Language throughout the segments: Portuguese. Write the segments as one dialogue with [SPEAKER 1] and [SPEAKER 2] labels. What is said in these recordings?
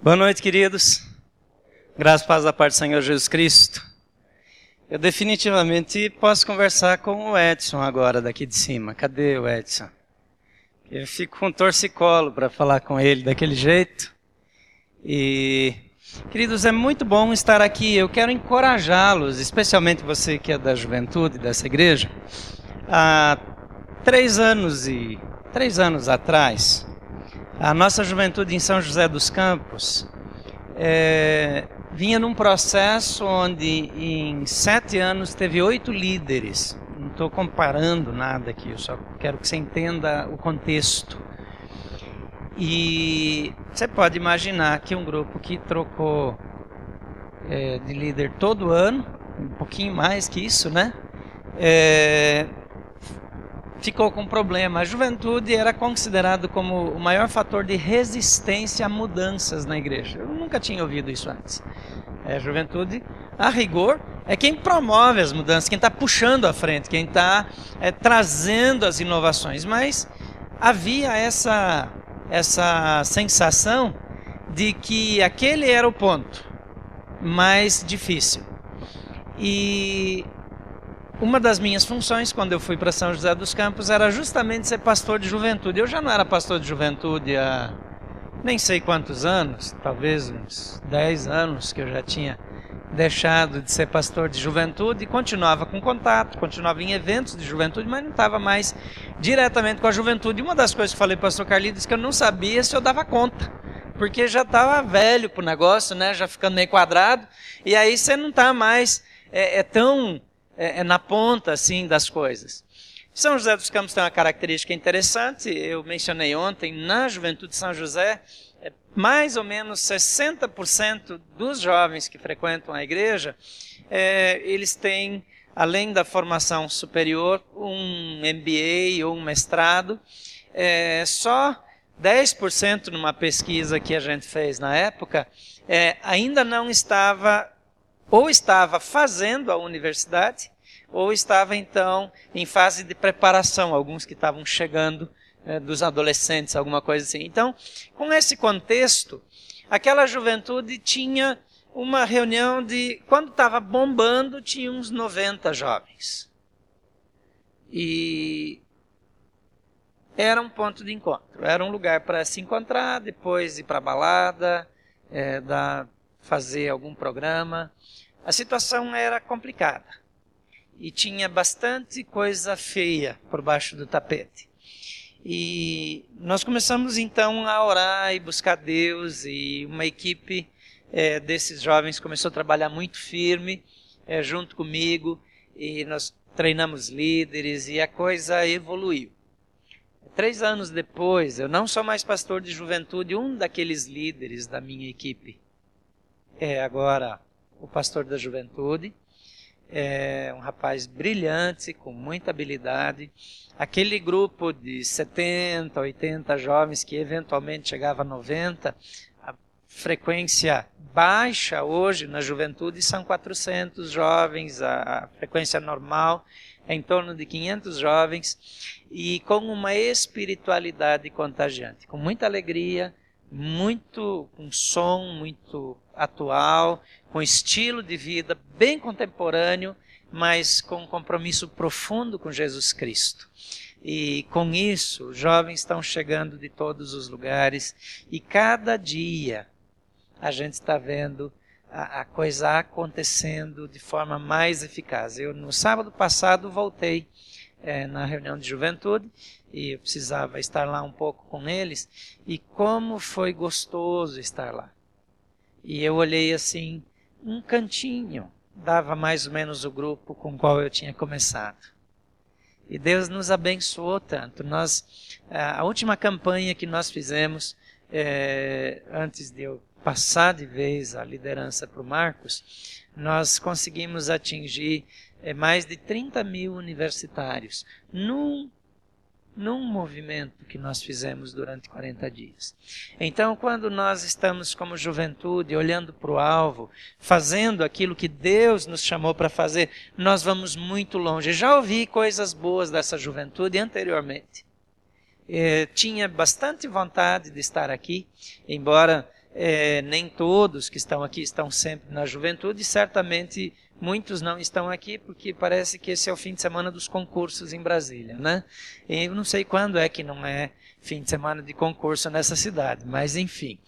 [SPEAKER 1] Boa noite, queridos. Graças e paz da parte do Senhor Jesus Cristo. Eu definitivamente posso conversar com o Edson agora, daqui de cima. Cadê o Edson? Eu fico com torcicolo para falar com ele daquele jeito. E, queridos, é muito bom estar aqui. Eu quero encorajá-los, especialmente você que é da juventude dessa igreja. Há 3 anos atrás, a nossa juventude em São José dos Campos vinha num processo onde em 7 anos teve 8 líderes. Não estou comparando nada aqui, eu só quero que você entenda o contexto. E você pode imaginar que um grupo que trocou de líder todo ano, um pouquinho mais que isso, né? Ficou com um problema. A juventude era considerado como o maior fator de resistência a mudanças na igreja. Eu nunca tinha ouvido isso antes. A juventude, a rigor, é quem promove as mudanças, quem está puxando à frente, quem está trazendo as inovações. Mas havia essa sensação de que aquele era o ponto mais difícil. E uma das minhas funções, quando eu fui para São José dos Campos, era justamente ser pastor de juventude. Eu já não era pastor de juventude há nem sei quantos anos, talvez uns 10 anos que eu já tinha deixado de ser pastor de juventude, e continuava com contato, continuava em eventos de juventude, mas não estava mais diretamente com a juventude. E uma das coisas que eu falei para o pastor Carlitos, que eu não sabia se eu dava conta, porque já estava velho para o negócio, né? Já ficando meio quadrado, e aí você não está mais tão na ponta assim das coisas. São José dos Campos tem uma característica interessante, eu mencionei ontem, na juventude de São José, mais ou menos 60% dos jovens que frequentam a igreja, eles têm, além da formação superior, um MBA ou um mestrado. Só 10% numa pesquisa que a gente fez na época, ainda não estava, ou estava fazendo a universidade, ou estava então em fase de preparação, alguns que estavam chegando dos adolescentes, alguma coisa assim. Então, com esse contexto, aquela juventude tinha uma reunião de, quando estava bombando, tinha uns 90 jovens. E era um ponto de encontro, era um lugar para se encontrar, depois ir para a balada, fazer algum programa. A situação era complicada e tinha bastante coisa feia por baixo do tapete. E nós começamos então a orar e buscar Deus, e uma equipe desses jovens começou a trabalhar muito firme junto comigo, e nós treinamos líderes e a coisa evoluiu. 3 anos depois, eu não sou mais pastor de juventude, um daqueles líderes da minha equipe é agora o pastor da juventude. É um rapaz brilhante, com muita habilidade. Aquele grupo de 70, 80 jovens que eventualmente chegava a 90, a frequência baixa hoje na juventude são 400 jovens, a frequência normal é em torno de 500 jovens, e com uma espiritualidade contagiante, com muita alegria, um som muito atual, com estilo de vida bem contemporâneo, mas com um compromisso profundo com Jesus Cristo. E com isso, os jovens estão chegando de todos os lugares, e cada dia a gente está vendo a coisa acontecendo de forma mais eficaz. Eu, no sábado passado, voltei na reunião de juventude, e eu precisava estar lá um pouco com eles, e como foi gostoso estar lá. E eu olhei assim, um cantinho, dava mais ou menos o grupo com o qual eu tinha começado. E Deus nos abençoou tanto. A última campanha que nós fizemos, antes de eu passar de vez a liderança para o Marcos, nós conseguimos atingir mais de 30 mil universitários num movimento que nós fizemos durante 40 dias. Então, quando nós estamos como juventude, olhando para o alvo, fazendo aquilo que Deus nos chamou para fazer, nós vamos muito longe. Já ouvi coisas boas dessa juventude anteriormente. Tinha bastante vontade de estar aqui, embora nem todos que estão aqui estão sempre na juventude, certamente muitos não estão aqui porque parece que esse é o fim de semana dos concursos em Brasília, né? E eu não sei quando é que não é fim de semana de concurso nessa cidade, mas enfim,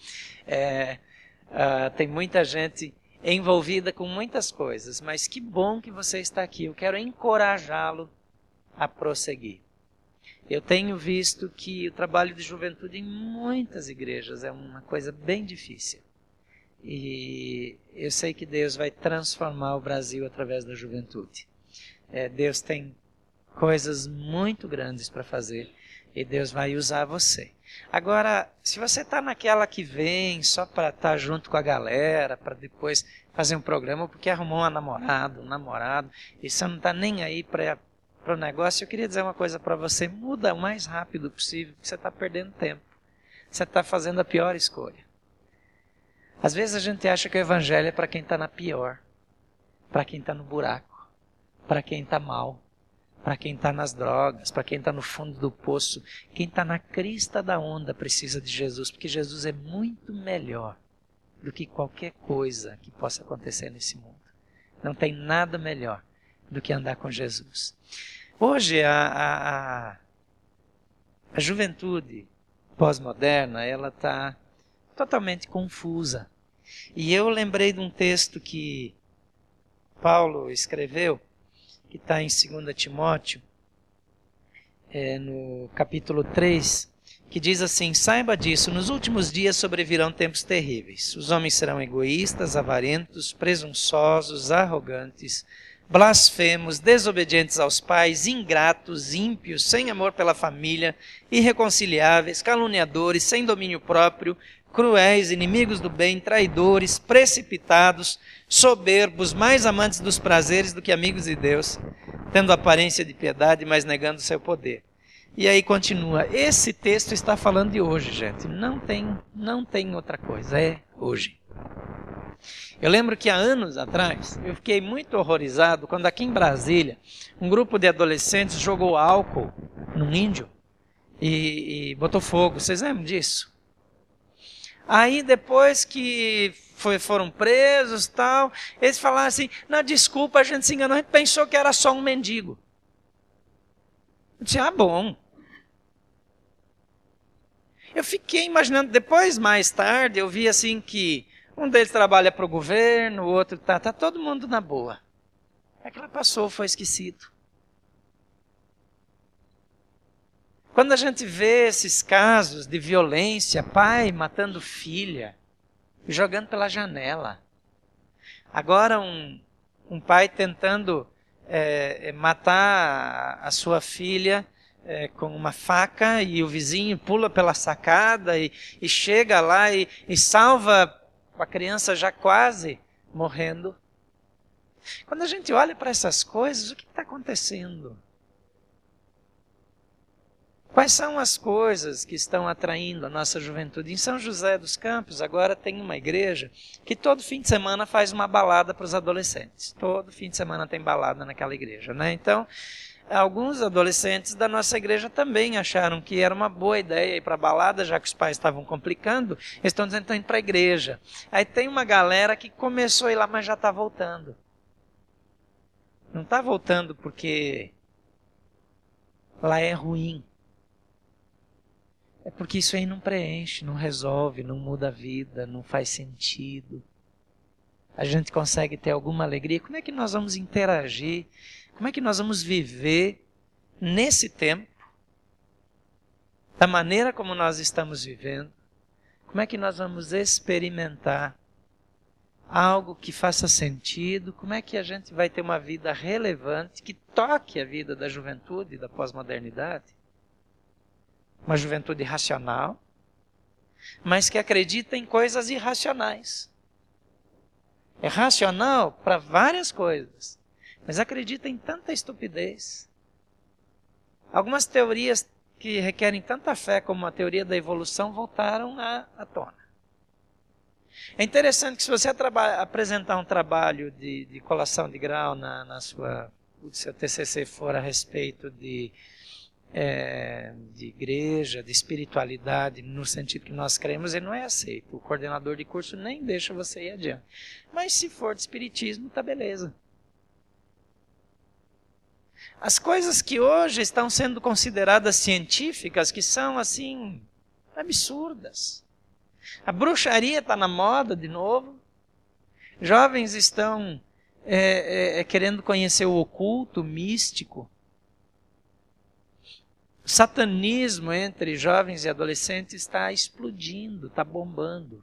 [SPEAKER 1] tem muita gente envolvida com muitas coisas, mas que bom que você está aqui. Eu quero encorajá-lo a prosseguir. Eu tenho visto que o trabalho de juventude em muitas igrejas é uma coisa bem difícil. E eu sei que Deus vai transformar o Brasil através da juventude. Deus tem coisas muito grandes para fazer e Deus vai usar você. Agora, se você está naquela que vem só para estar junto com a galera, para depois fazer um programa porque arrumou uma namorada, um namorado, e você não está nem aí para o negócio, eu queria dizer uma coisa para você: muda o mais rápido possível, porque você está perdendo tempo. Você está fazendo a pior escolha. Às vezes a gente acha que o evangelho é para quem está na pior, para quem está no buraco, para quem está mal, para quem está nas drogas, para quem está no fundo do poço. Quem está na crista da onda precisa de Jesus, porque Jesus é muito melhor do que qualquer coisa que possa acontecer nesse mundo. Não tem nada melhor do que andar com Jesus. Hoje a juventude pós-moderna, ela está totalmente confusa. E eu lembrei de um texto que Paulo escreveu, que está em 2 Timóteo, no capítulo 3, que diz assim: saiba disso, nos últimos dias sobrevirão tempos terríveis. Os homens serão egoístas, avarentos, presunçosos, arrogantes, blasfemos, desobedientes aos pais, ingratos, ímpios, sem amor pela família, irreconciliáveis, caluniadores, sem domínio próprio, cruéis, inimigos do bem, traidores, precipitados, soberbos, mais amantes dos prazeres do que amigos de Deus, tendo aparência de piedade, mas negando o seu poder. E aí continua. Esse texto está falando de hoje, gente. Não tem outra coisa, é hoje. Eu lembro que há anos atrás, eu fiquei muito horrorizado quando aqui em Brasília, um grupo de adolescentes jogou álcool num índio e botou fogo. Vocês lembram disso? Aí depois que foram presos e tal, eles falaram assim: não, desculpa, a gente se enganou, a gente pensou que era só um mendigo. Eu disse: ah, bom. Eu fiquei imaginando, depois, mais tarde, eu vi assim que um deles trabalha para o governo, o outro tá todo mundo na boa. Aquilo passou, foi esquecido. Quando a gente vê esses casos de violência, pai matando filha, jogando pela janela. Agora um pai tentando matar a sua filha com uma faca, e o vizinho pula pela sacada e chega lá e salva a criança já quase morrendo. Quando a gente olha para essas coisas, o que está acontecendo? Quais são as coisas que estão atraindo a nossa juventude? Em São José dos Campos, agora tem uma igreja que todo fim de semana faz uma balada para os adolescentes. Todo fim de semana tem balada naquela igreja, né? Então, alguns adolescentes da nossa igreja também acharam que era uma boa ideia ir para a balada, já que os pais estavam complicando. Eles estão dizendo que estão indo para a igreja. Aí tem uma galera que começou a ir lá, mas já está voltando. Não está voltando porque lá é ruim. É porque isso aí não preenche, não resolve, não muda a vida, não faz sentido. A gente consegue ter alguma alegria. Como é que nós vamos interagir? Como é que nós vamos viver nesse tempo? Da maneira como nós estamos vivendo? Como é que nós vamos experimentar algo que faça sentido? Como é que a gente vai ter uma vida relevante, que toque a vida da juventude, da pós-modernidade? Uma juventude racional, mas que acredita em coisas irracionais. É racional para várias coisas, mas acredita em tanta estupidez. Algumas teorias que requerem tanta fé como a teoria da evolução voltaram à tona. É interessante que se você apresentar um trabalho de colação de grau se o seu TCC for a respeito de de igreja, de espiritualidade, no sentido que nós cremos, ele não é aceito. O coordenador de curso nem deixa você ir adiante. Mas se for de espiritismo, tá beleza. As coisas que hoje estão sendo consideradas científicas, que são assim, absurdas. A bruxaria está na moda de novo. Jovens estão querendo conhecer o oculto, o místico. O satanismo entre jovens e adolescentes está explodindo, está bombando.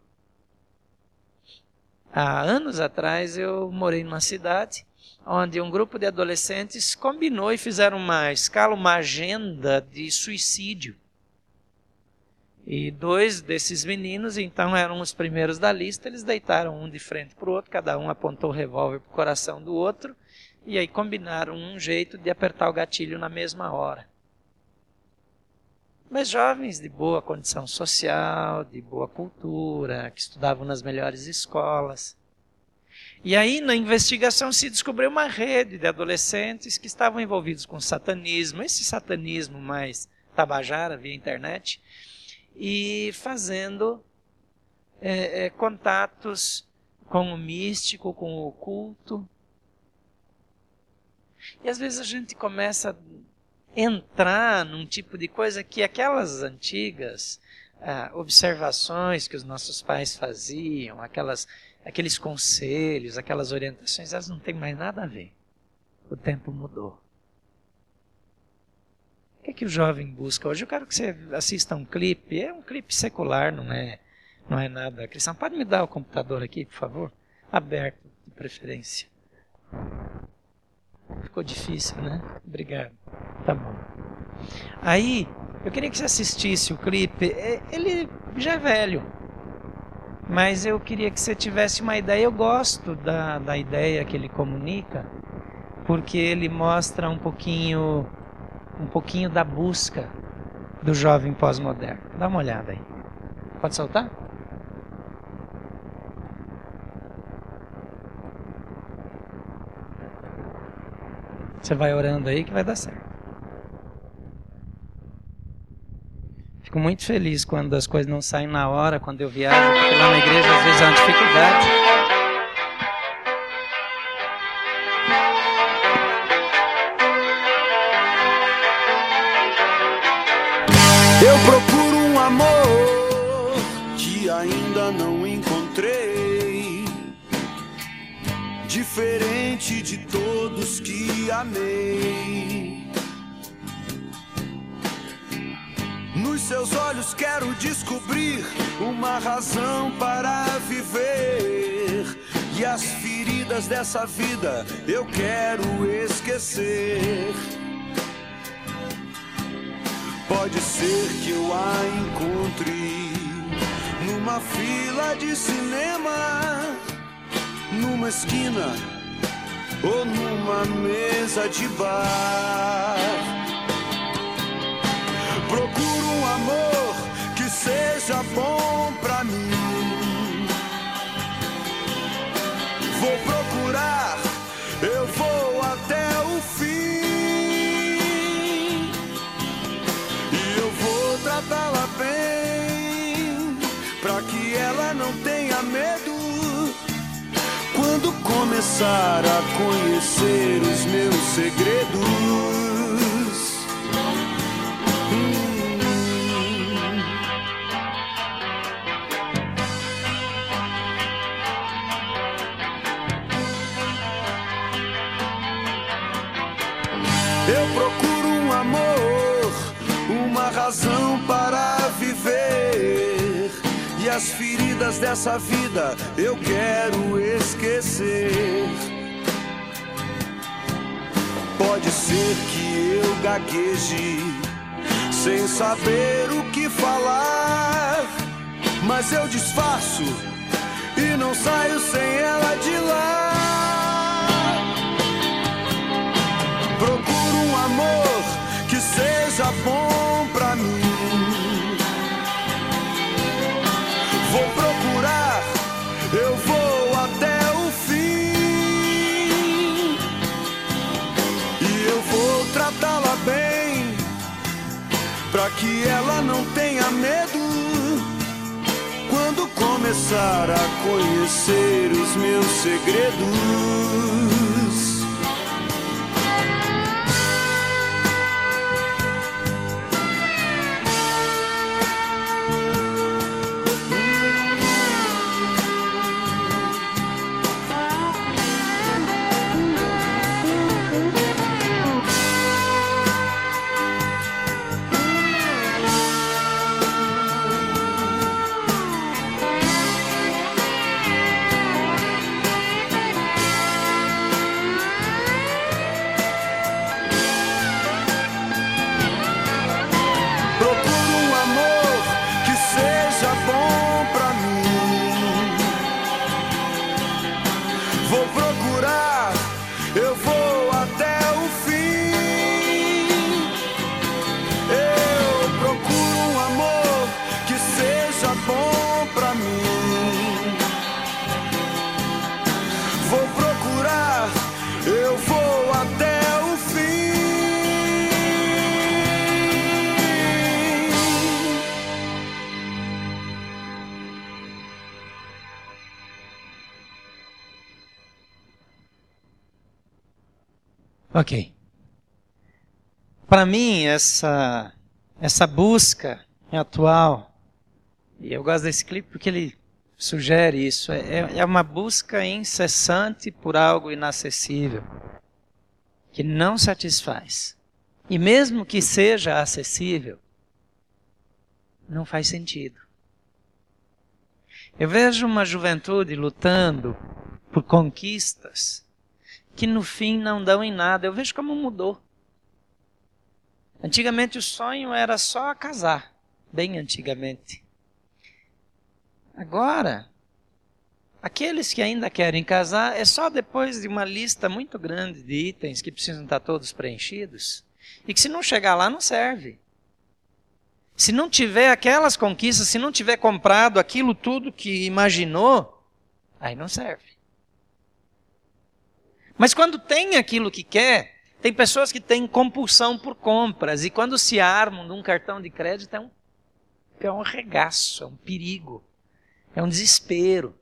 [SPEAKER 1] Há anos atrás eu morei numa cidade onde um grupo de adolescentes combinou e fizeram uma escala, uma agenda de suicídio. E 2 desses meninos, então, eram os primeiros da lista. Eles deitaram um de frente para o outro, cada um apontou o revólver para o coração do outro, e aí combinaram um jeito de apertar o gatilho na mesma hora. Mas jovens de boa condição social, de boa cultura, que estudavam nas melhores escolas. E aí, na investigação, se descobriu uma rede de adolescentes que estavam envolvidos com satanismo, esse satanismo mais tabajara via internet, e fazendo contatos com o místico, com o oculto. E às vezes a gente começa a entrar num tipo de coisa que aquelas antigas observações que os nossos pais faziam, aqueles conselhos, aquelas orientações, elas não têm mais nada a ver. O tempo mudou. O que o jovem busca hoje? Eu quero que você assista um clipe. É um clipe secular, não é nada cristão. Pode me dar o computador aqui, por favor? Aberto, de preferência. Ficou difícil, né? Obrigado. Tá bom. Aí, eu queria que você assistisse o clipe. Ele já é velho, mas eu queria que você tivesse uma ideia. Eu gosto da ideia que ele comunica, porque ele mostra um pouquinho da busca do jovem pós-moderno. Dá uma olhada aí. Pode soltar? Você vai orando aí que vai dar certo. Fico muito feliz quando as coisas não saem na hora, quando eu viajo, porque lá na igreja às vezes é uma dificuldade.
[SPEAKER 2] Eu procuro um amor que ainda não encontrei, diferente de todos que amei. Nos seus olhos quero descobrir uma razão para viver, e as feridas dessa vida eu quero esquecer. Pode ser que eu a encontre numa fila de cinema, numa esquina ou numa mesa de bar. Procuro um amor que seja bom pra mim. Vou procurar, eu vou até o fim. Tratá-la bem, pra que ela não tenha medo quando começar a conhecer os meus segredos. Eu procuro um amor, uma razão para viver, e as feridas dessa vida eu quero esquecer. Pode ser que eu gagueje sem saber o que falar, mas eu disfarço e não saio sem ela de lá. Procuro um amor que seja bom pra mim. Vou procurar, eu vou até o fim, e eu vou tratá-la bem, pra que ela não tenha medo quando começar a conhecer os meus segredos.
[SPEAKER 1] Ok. Para mim, essa busca atual, e eu gosto desse clipe porque ele sugere isso, é uma busca incessante por algo inacessível, que não satisfaz. E mesmo que seja acessível, não faz sentido. Eu vejo uma juventude lutando por conquistas que no fim não dão em nada. Eu vejo como mudou. Antigamente o sonho era só casar, bem antigamente. Agora, aqueles que ainda querem casar, é só depois de uma lista muito grande de itens que precisam estar todos preenchidos, e que se não chegar lá não serve. Se não tiver aquelas conquistas, se não tiver comprado aquilo tudo que imaginou, aí não serve. Mas quando tem aquilo que quer, tem pessoas que têm compulsão por compras, e quando se armam de um cartão de crédito é um regaço, é um perigo, é um desespero.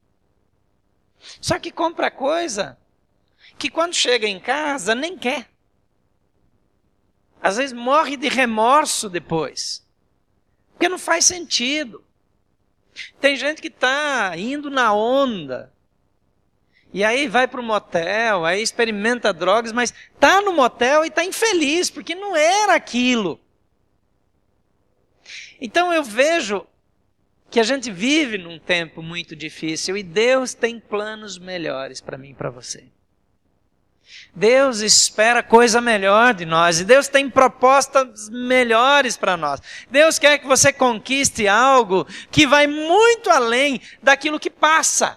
[SPEAKER 1] Só que compra coisa que quando chega em casa nem quer. Às vezes morre de remorso depois, porque não faz sentido. Tem gente que está indo na onda, e aí vai para o motel, aí experimenta drogas, mas está no motel e está infeliz, porque não era aquilo. Então eu vejo que a gente vive num tempo muito difícil e Deus tem planos melhores para mim e para você. Deus espera coisa melhor de nós e Deus tem propostas melhores para nós. Deus quer que você conquiste algo que vai muito além daquilo que passa.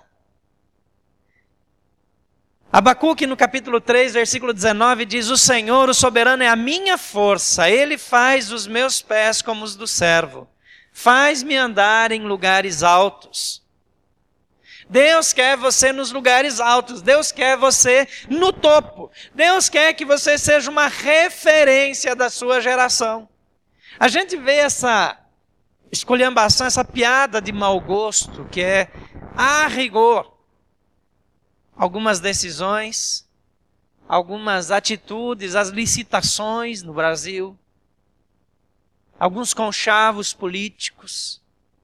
[SPEAKER 1] Abacuque no capítulo 3, versículo 19 diz: o Senhor, o soberano, é a minha força, Ele faz os meus pés como os do servo, faz-me andar em lugares altos. Deus quer você nos lugares altos, Deus quer você no topo, Deus quer que você seja uma referência da sua geração. A gente vê essa esculhambação, essa piada de mau gosto, que é, a rigor, algumas decisões, algumas atitudes, as licitações no Brasil, alguns conchavos políticos,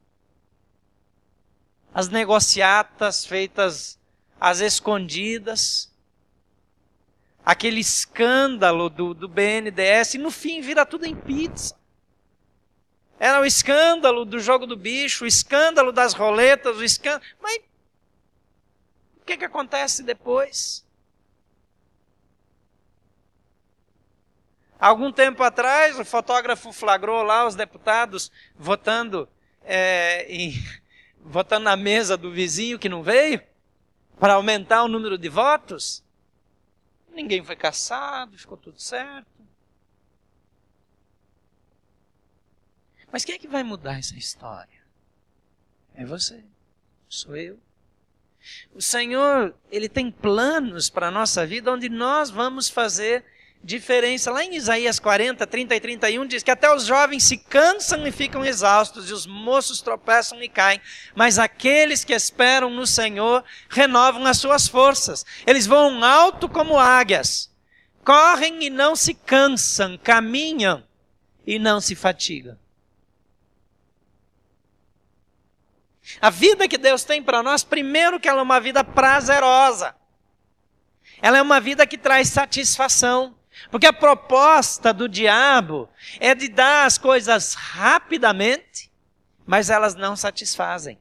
[SPEAKER 1] as negociatas feitas às escondidas, aquele escândalo do BNDES, e no fim vira tudo em pizza. Era o escândalo do jogo do bicho, o escândalo das roletas, o escândalo... Mas o que acontece depois? Algum tempo atrás, o fotógrafo flagrou lá os deputados votando votando na mesa do vizinho que não veio, para aumentar o número de votos. Ninguém foi caçado, ficou tudo certo. Mas quem é que vai mudar essa história? É você, sou eu. O Senhor, Ele tem planos para a nossa vida, onde nós vamos fazer diferença. Lá em Isaías 40, 30 e 31 diz que até os jovens se cansam e ficam exaustos, e os moços tropeçam e caem. Mas aqueles que esperam no Senhor renovam as suas forças. Eles voam alto como águias, correm e não se cansam, caminham e não se fatigam. A vida que Deus tem para nós, primeiro que ela é uma vida prazerosa. Ela é uma vida que traz satisfação. Porque a proposta do diabo é de dar as coisas rapidamente, mas elas não satisfazem.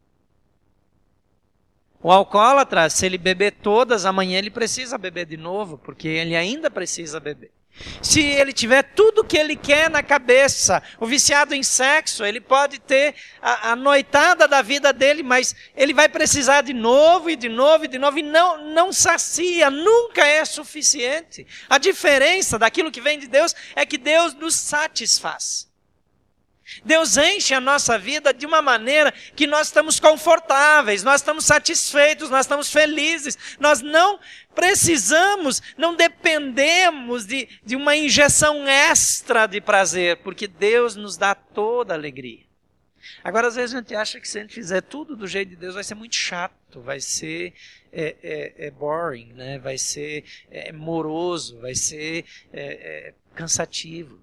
[SPEAKER 1] O alcoólatra, se ele beber todas, amanhã ele precisa beber de novo, porque ele ainda precisa beber. Se ele tiver tudo que ele quer na cabeça, o viciado em sexo, ele pode ter a noitada da vida dele, mas ele vai precisar de novo e de novo e de novo, e não sacia, nunca é suficiente. A diferença daquilo que vem de Deus é que Deus nos satisfaz. Deus enche a nossa vida de uma maneira que nós estamos confortáveis, nós estamos satisfeitos, nós estamos felizes. Nós não precisamos, não dependemos de uma injeção extra de prazer, porque Deus nos dá toda a alegria. Agora, às vezes a gente acha que se a gente fizer tudo do jeito de Deus vai ser muito chato, vai ser boring, né? Vai ser moroso, vai ser cansativo.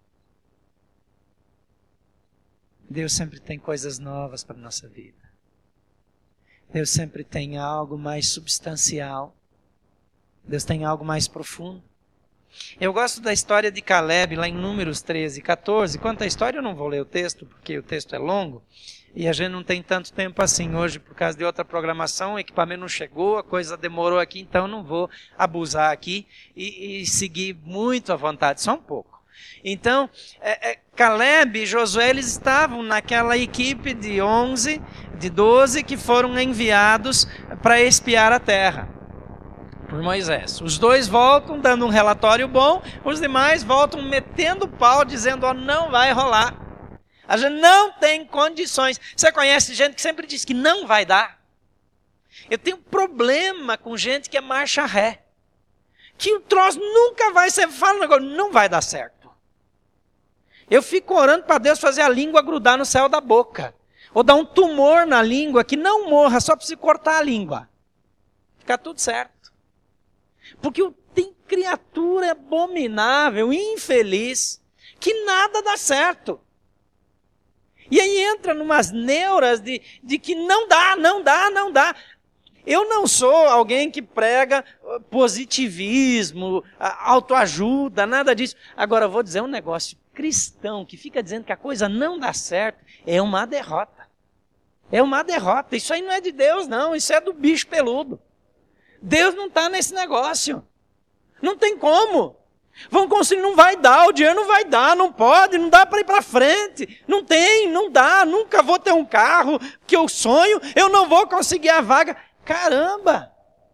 [SPEAKER 1] Deus sempre tem coisas novas para a nossa vida. Deus sempre tem algo mais substancial. Deus tem algo mais profundo. Eu gosto da história de Caleb, lá em Números 13 e 14. Quanto à história, eu não vou ler o texto, porque o texto é longo. E a gente não tem tanto tempo assim hoje, por causa de outra programação. O equipamento não chegou, a coisa demorou aqui, então eu não vou abusar aqui e seguir muito à vontade, só um pouco. Então, Caleb e Josué, eles estavam naquela equipe de 12 que foram enviados para espiar a terra por Moisés. Os dois voltam dando um relatório bom, os demais voltam metendo pau, dizendo, não vai rolar. A gente não tem condições. Você conhece gente que sempre diz que não vai dar? Eu tenho problema com gente que é marcha ré. Que o troço nunca vai ser, fala um negócio, não vai dar certo. Eu fico orando para Deus fazer a língua grudar no céu da boca. Ou dar um tumor na língua que não morra, só para se cortar a língua. Fica tudo certo. Porque tem criatura abominável, infeliz, que nada dá certo. E aí entra numas neuras de que não dá. Eu não sou alguém que prega positivismo, autoajuda, nada disso. Agora, eu vou dizer um negócio. Cristão que fica dizendo que a coisa não dá certo, é uma derrota. É uma derrota. Isso aí não é de Deus, não. Isso é do bicho peludo. Deus não está nesse negócio. Não tem como. Vão construir, não vai dar, o dinheiro não vai dar, não pode, não dá para ir para frente. Não tem, não dá, nunca vou ter um carro que eu sonho, eu não vou conseguir a vaga. Caramba!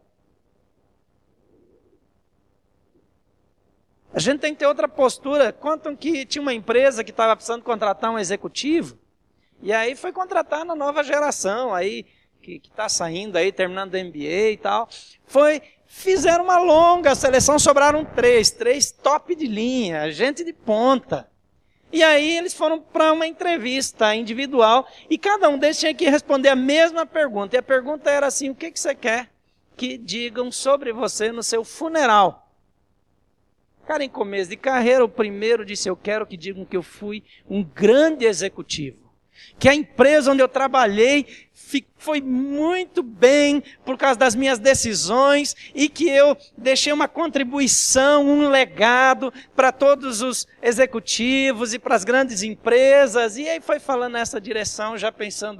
[SPEAKER 1] A gente tem que ter outra postura. Contam que tinha uma empresa que estava precisando contratar um executivo, e aí foi contratar na nova geração, aí, que está saindo aí, terminando o MBA e tal. Fizeram uma longa seleção, sobraram três top de linha, gente de ponta. E aí eles foram para uma entrevista individual, e cada um deles tinha que responder a mesma pergunta. E a pergunta era assim, o que você quer que digam sobre você no seu funeral? Cara, em começo de carreira, o primeiro disse, eu quero que digam que eu fui um grande executivo. Que a empresa onde eu trabalhei foi muito bem por causa das minhas decisões e que eu deixei uma contribuição, um legado para todos os executivos e para as grandes empresas. E aí foi falando nessa direção, já pensando,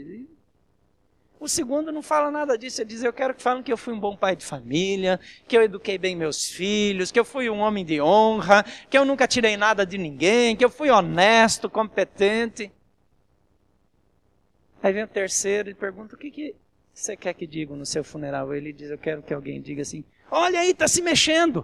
[SPEAKER 1] O segundo não fala nada disso, ele diz, eu quero que falem que eu fui um bom pai de família, que eu eduquei bem meus filhos, que eu fui um homem de honra, que eu nunca tirei nada de ninguém, que eu fui honesto, competente. Aí vem o terceiro e pergunta, o que você quer que digam no seu funeral? Ele diz, eu quero que alguém diga assim, olha aí, está se mexendo.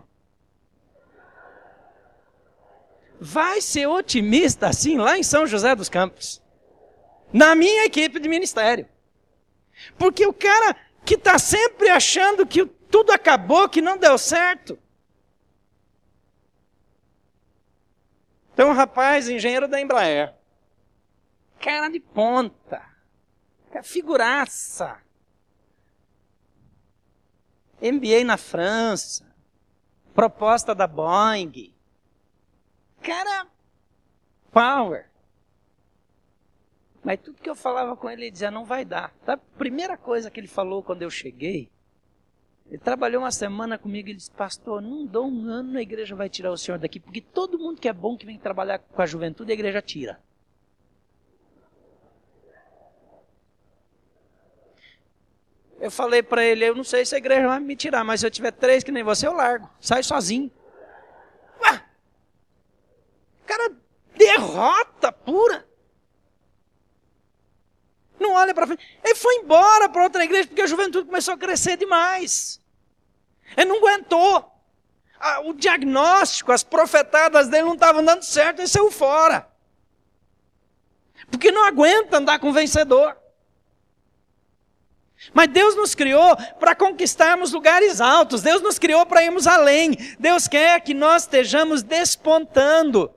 [SPEAKER 1] Vai ser otimista assim lá em São José dos Campos, na minha equipe de ministério. Porque o cara que está sempre achando que tudo acabou, que não deu certo, Tem um rapaz, engenheiro da Embraer. Cara de ponta. Figuraça. MBA na França. Proposta da Boeing. Cara, power. Mas tudo que eu falava com ele, ele dizia, não vai dar. Tá? A primeira coisa que ele falou quando eu cheguei, ele trabalhou uma semana comigo e ele disse, pastor, não dou um ano, a igreja vai tirar o senhor daqui, porque todo mundo que é bom que vem trabalhar com a juventude, a igreja tira. Eu falei para ele, eu não sei se a igreja vai me tirar, mas se eu tiver 3 que nem você, eu largo, saio sozinho. Ué! Cara, derrota pura. Não olha para frente. Ele foi embora para outra igreja porque a juventude começou a crescer demais. Ele não aguentou. O diagnóstico, as profetadas dele não estavam dando certo, ele saiu fora. Porque não aguenta andar com vencedor. Mas Deus nos criou para conquistarmos lugares altos. Deus nos criou para irmos além. Deus quer que nós estejamos despontando.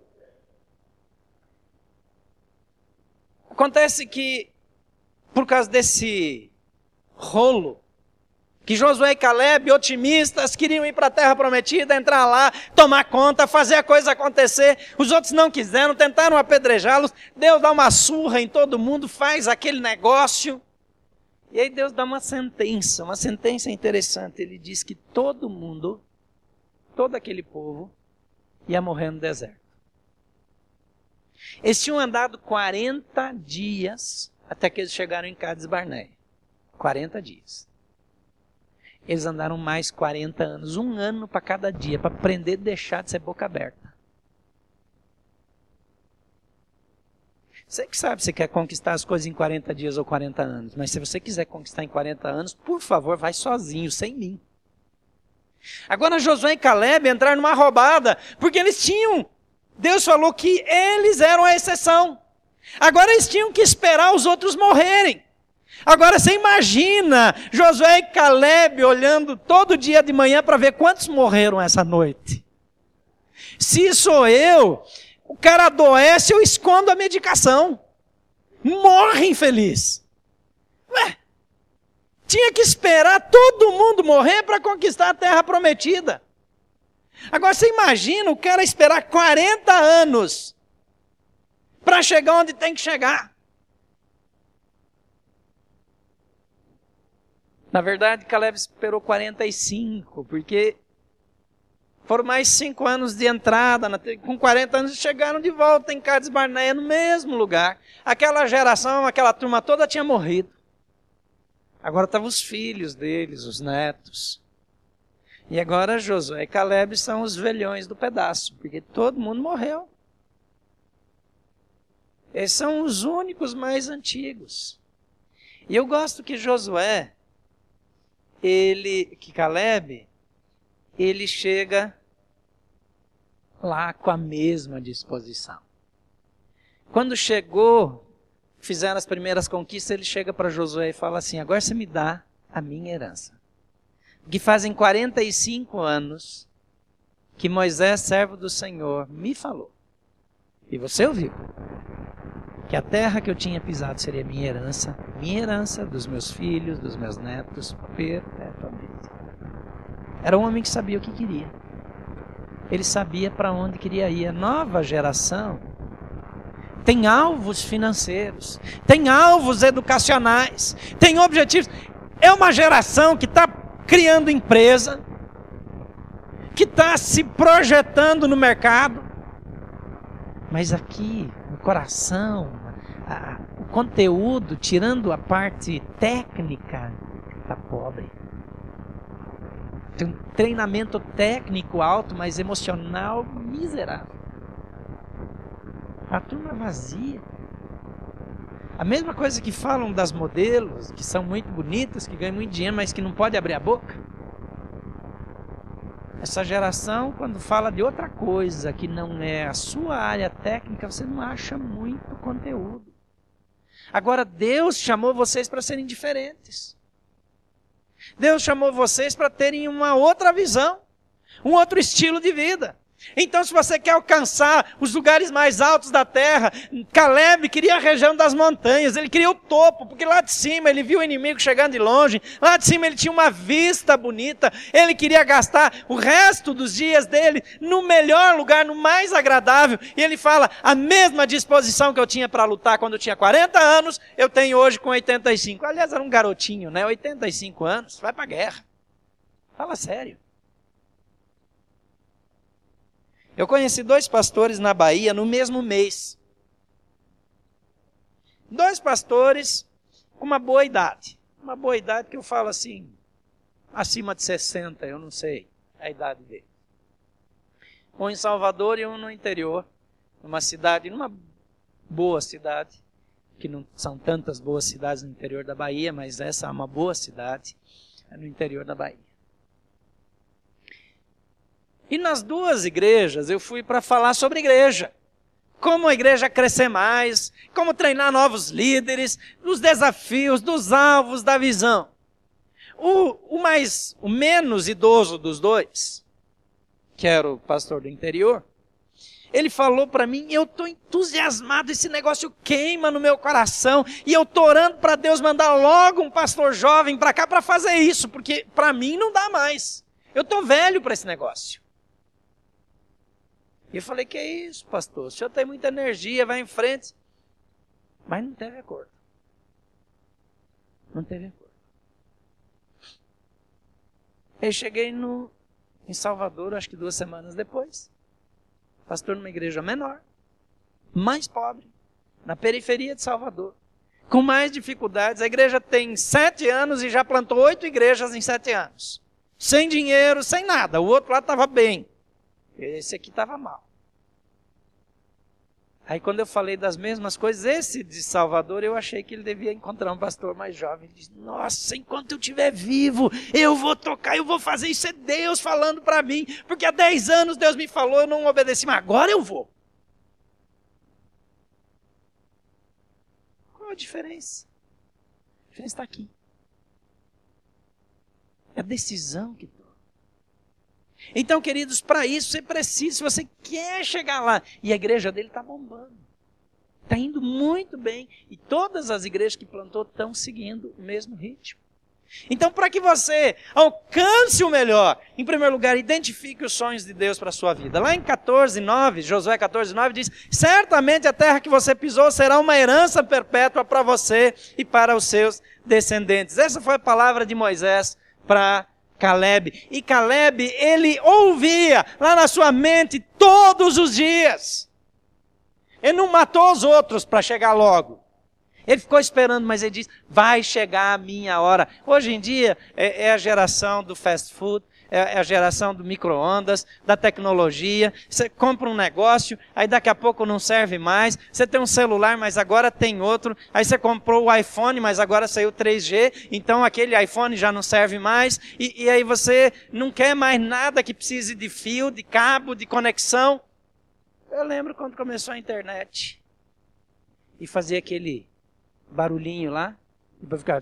[SPEAKER 1] Acontece que, por causa desse rolo, que Josué e Caleb, otimistas, queriam ir para a terra prometida, entrar lá, tomar conta, fazer a coisa acontecer. Os outros não quiseram, tentaram apedrejá-los. Deus dá uma surra em todo mundo, faz aquele negócio. E aí Deus dá uma sentença interessante. Ele diz que todo mundo, todo aquele povo, ia morrer no deserto. Eles tinham andado 40 dias até que eles chegaram em Cádiz Barneia. 40 dias. Eles andaram mais 40 anos, 1 ano para cada dia, para aprender a deixar de ser boca aberta. Você que sabe se quer conquistar as coisas em 40 dias ou 40 anos, mas se você quiser conquistar em 40 anos, por favor, vai sozinho, sem mim. Agora Josué e Caleb entraram numa roubada, porque eles tinham, Deus falou que eles eram a exceção. Agora eles tinham que esperar os outros morrerem. Agora você imagina Josué e Caleb olhando todo dia de manhã para ver quantos morreram essa noite. Se sou eu, o cara adoece, eu escondo a medicação. Morre infeliz. Ué, tinha que esperar todo mundo morrer para conquistar a terra prometida. Agora você imagina o cara esperar 40 anos para chegar onde tem que chegar. Na verdade, Caleb esperou 45, porque foram mais 5 anos de entrada. Com 40 anos chegaram de volta em Cádiz Barneia, no mesmo lugar. Aquela geração, aquela turma toda tinha morrido. Agora estavam os filhos deles, os netos. E agora Josué e Caleb são os velhões do pedaço, porque todo mundo morreu. Eles são os únicos mais antigos. E eu gosto que Josué, Caleb, ele chega lá com a mesma disposição. Quando chegou, fizeram as primeiras conquistas, ele chega para Josué e fala assim, agora você me dá a minha herança. Que fazem 45 anos que Moisés, servo do Senhor, me falou. E você ouviu. Que a terra que eu tinha pisado seria minha herança dos meus filhos, dos meus netos, perpetuamente. Era um homem que sabia o que queria. Ele sabia para onde queria ir. A nova geração tem alvos financeiros, tem alvos educacionais, tem objetivos. É uma geração que está criando empresa, que está se projetando no mercado. Mas aqui, no coração, o conteúdo, tirando a parte técnica, está pobre. Tem um treinamento técnico alto, mas emocional miserável. A turma vazia. A mesma coisa que falam das modelos, que são muito bonitas, que ganham muito dinheiro, mas que não pode abrir a boca. Essa geração, quando fala de outra coisa que não é a sua área técnica, você não acha muito conteúdo. Agora, Deus chamou vocês para serem diferentes. Deus chamou vocês para terem uma outra visão, um outro estilo de vida. Então, se você quer alcançar os lugares mais altos da terra, Caleb queria a região das montanhas, ele queria o topo, porque lá de cima ele viu o inimigo chegando de longe, lá de cima ele tinha uma vista bonita, ele queria gastar o resto dos dias dele no melhor lugar, no mais agradável, e ele fala, a mesma disposição que eu tinha para lutar quando eu tinha 40 anos, eu tenho hoje com 85. Aliás, era um garotinho, né? 85 anos, vai para a guerra. Fala sério. Eu conheci 2 pastores na Bahia no mesmo mês. 2 pastores com uma boa idade. Uma boa idade que eu falo assim, acima de 60, eu não sei a idade dele. Um em Salvador e um no interior, numa cidade, numa boa cidade, que não são tantas boas cidades no interior da Bahia, mas essa é uma boa cidade, no interior da Bahia. E nas 2 igrejas eu fui para falar sobre igreja. Como a igreja crescer mais, como treinar novos líderes, dos desafios, dos alvos, da visão. O menos idoso dos 2, que era o pastor do interior, ele falou para mim, eu estou entusiasmado, esse negócio queima no meu coração, e eu estou orando para Deus mandar logo um pastor jovem para cá para fazer isso, porque para mim não dá mais. Eu estou velho para esse negócio. E eu falei, que é isso, pastor? O senhor tem muita energia, vai em frente. Mas não teve acordo. Não teve acordo. Eu cheguei em Salvador, acho que 2 semanas depois. Pastor numa igreja menor, mais pobre, na periferia de Salvador, com mais dificuldades. A igreja tem 7 anos e já plantou 8 igrejas em 7 anos. Sem dinheiro, sem nada. O outro lá estava bem. Esse aqui estava mal. Aí quando eu falei das mesmas coisas, esse de Salvador, eu achei que ele devia encontrar um pastor mais jovem. Ele disse, nossa, enquanto eu estiver vivo, eu vou tocar, eu vou fazer isso, é Deus falando para mim. Porque há 10 anos Deus me falou, eu não obedeci, mas agora eu vou. Qual a diferença? A diferença está aqui. É a decisão que toma. Então, queridos, para isso você precisa, se você quer chegar lá, e a igreja dele está bombando, está indo muito bem, e todas as igrejas que plantou estão seguindo o mesmo ritmo. Então, para que você alcance o melhor, em primeiro lugar, identifique os sonhos de Deus para a sua vida. Lá em 14:9, Josué 14:9 diz, certamente a terra que você pisou será uma herança perpétua para você e para os seus descendentes. Essa foi a palavra de Moisés para Caleb. E Caleb, ele ouvia lá na sua mente todos os dias. Ele não matou os outros para chegar logo. Ele ficou esperando, mas ele disse, vai chegar a minha hora. Hoje em dia é a geração do fast food, é a geração do micro-ondas, da tecnologia. Você compra um negócio, aí daqui a pouco não serve mais. Você tem um celular, mas agora tem outro. Aí você comprou o iPhone, mas agora saiu 3G. Então aquele iPhone já não serve mais. E aí você não quer mais nada que precise de fio, de cabo, de conexão. Eu lembro quando começou a internet. E fazia aquele barulhinho lá. E depois ficava...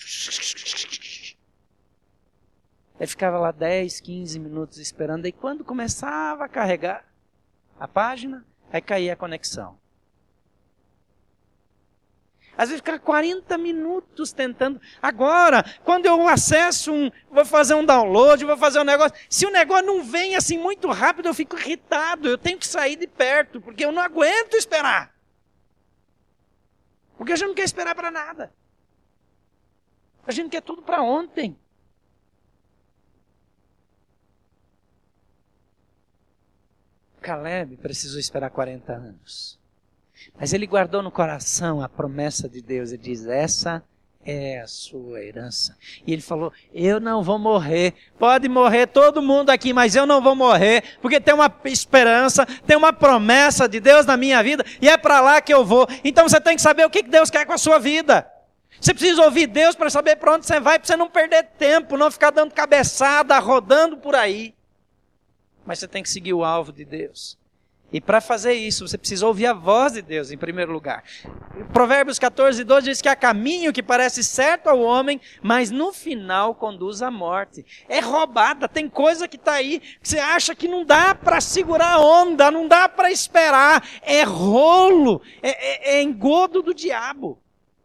[SPEAKER 1] Aí ficava lá 10, 15 minutos esperando. E quando começava a carregar a página, aí caía a conexão. Às vezes ficava 40 minutos tentando. Agora, quando eu acesso vou fazer um download, vou fazer um negócio. Se o negócio não vem assim muito rápido, eu fico irritado. Eu tenho que sair de perto, porque eu não aguento esperar. Porque a gente não quer esperar para nada. A gente quer tudo para ontem. Caleb precisou esperar 40 anos. Mas ele guardou no coração a promessa de Deus. Ele diz, essa é a sua herança. E ele falou, eu não vou morrer. Pode morrer todo mundo aqui, mas eu não vou morrer. Porque tem uma esperança, tem uma promessa de Deus na minha vida. E é para lá que eu vou. Então você tem que saber o que Deus quer com a sua vida. Você precisa ouvir Deus para saber para onde você vai. Para você não perder tempo, não ficar dando cabeçada, rodando por aí. Mas você tem que seguir o alvo de Deus. E para fazer isso, você precisa ouvir a voz de Deus em primeiro lugar. Provérbios 14:12 diz que há caminho que parece certo ao homem, mas no final conduz à morte. É roubada, tem coisa que está aí, que você acha que não dá para segurar a onda, não dá para esperar. É rolo, é engodo do diabo.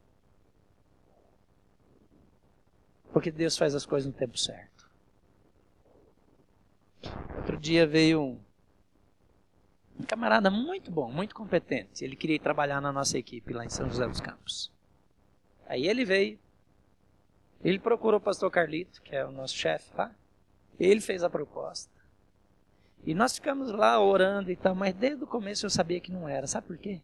[SPEAKER 1] Porque Deus faz as coisas no tempo certo. Outro dia veio um camarada muito bom, muito competente. Ele queria ir trabalhar na nossa equipe lá em São José dos Campos. Aí ele veio, ele procurou o pastor Carlito, que é o nosso chefe lá. Ele fez a proposta. E nós ficamos lá orando e tal, mas desde o começo eu sabia que não era. Sabe por quê?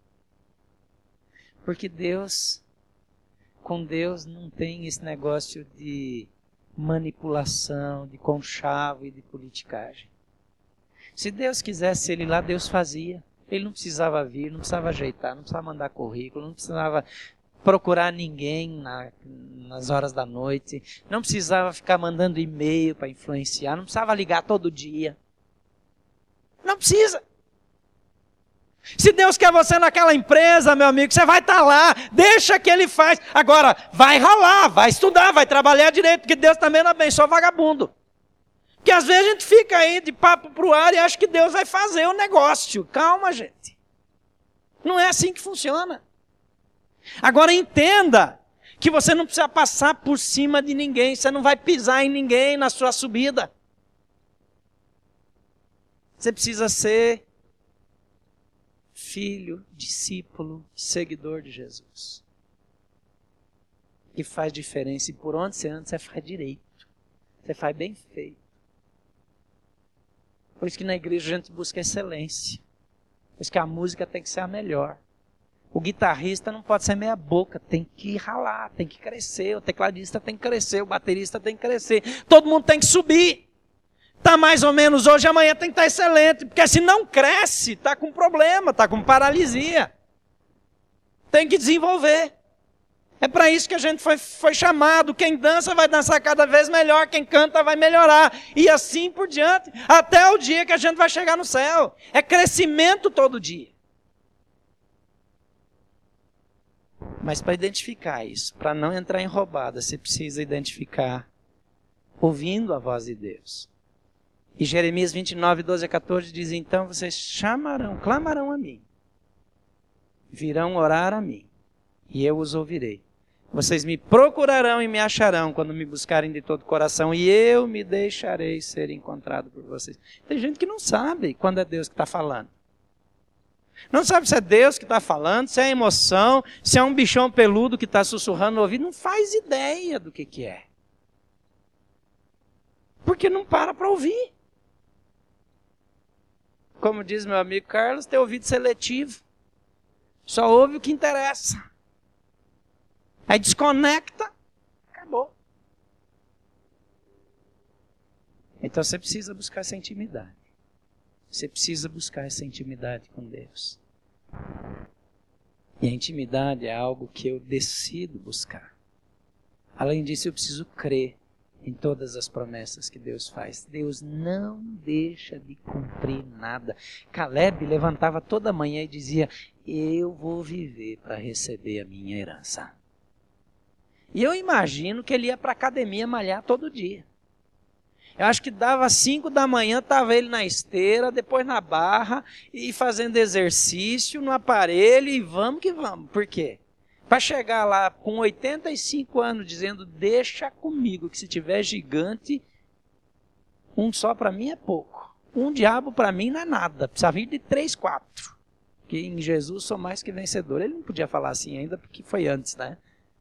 [SPEAKER 1] Porque com Deus não tem esse negócio de manipulação, de conchavo e de politicagem. Se Deus quisesse ele lá, Deus fazia. Ele não precisava vir, não precisava ajeitar, não precisava mandar currículo, não precisava procurar ninguém nas horas da noite, não precisava ficar mandando e-mail para influenciar, não precisava ligar todo dia. Não precisa. Se Deus quer você naquela empresa, meu amigo, você vai estar lá, deixa que Ele faz. Agora, vai ralar, vai estudar, vai trabalhar direito, porque Deus também não abençoa vagabundo. Porque às vezes a gente fica aí de papo pro ar e acha que Deus vai fazer o negócio. Calma, gente. Não é assim que funciona. Agora entenda que você não precisa passar por cima de ninguém, você não vai pisar em ninguém na sua subida. Você precisa ser filho, discípulo, seguidor de Jesus. Que faz diferença. E por onde você anda, você faz direito. Você faz bem feito. Por isso que na igreja a gente busca excelência. Por isso que a música tem que ser a melhor. O guitarrista não pode ser meia boca, tem que ralar, tem que crescer. O tecladista tem que crescer, o baterista tem que crescer. Todo mundo tem que subir. Está mais ou menos hoje, amanhã tem que estar excelente. Porque se não cresce, está com problema, está com paralisia. Tem que desenvolver. É para isso que a gente foi chamado. Quem dança vai dançar cada vez melhor, quem canta vai melhorar. E assim por diante, até o dia que a gente vai chegar no céu. É crescimento todo dia. Mas para identificar isso, para não entrar em roubada, você precisa identificar ouvindo a voz de Deus. E Jeremias 29:12-14 diz, então vocês clamarão a mim, virão orar a mim, e eu os ouvirei. Vocês me procurarão e me acharão quando me buscarem de todo o coração, e eu me deixarei ser encontrado por vocês. Tem gente que não sabe quando é Deus que está falando. Não sabe se é Deus que está falando, se é emoção, se é um bichão peludo que está sussurrando no ouvido. Não faz ideia do que é. Porque não para ouvir. Como diz meu amigo Carlos, tem ouvido seletivo. Só ouve o que interessa. Aí desconecta, acabou. Então você precisa buscar essa intimidade. Você precisa buscar essa intimidade com Deus. E a intimidade é algo que eu decido buscar. Além disso, eu preciso crer em todas as promessas que Deus faz. Deus não deixa de cumprir nada. Caleb levantava toda manhã e dizia, eu vou viver para receber a minha herança. E eu imagino que ele ia para a academia malhar todo dia. Eu acho que dava 5 da manhã, estava ele na esteira, depois na barra, e fazendo exercício no aparelho, e vamos que vamos. Por quê? Para chegar lá com 85 anos, dizendo, deixa comigo, que se tiver gigante, um só para mim é pouco. Um diabo para mim não é nada, precisa vir de 3, 4. Que em Jesus sou mais que vencedor. Ele não podia falar assim ainda, porque foi antes, né?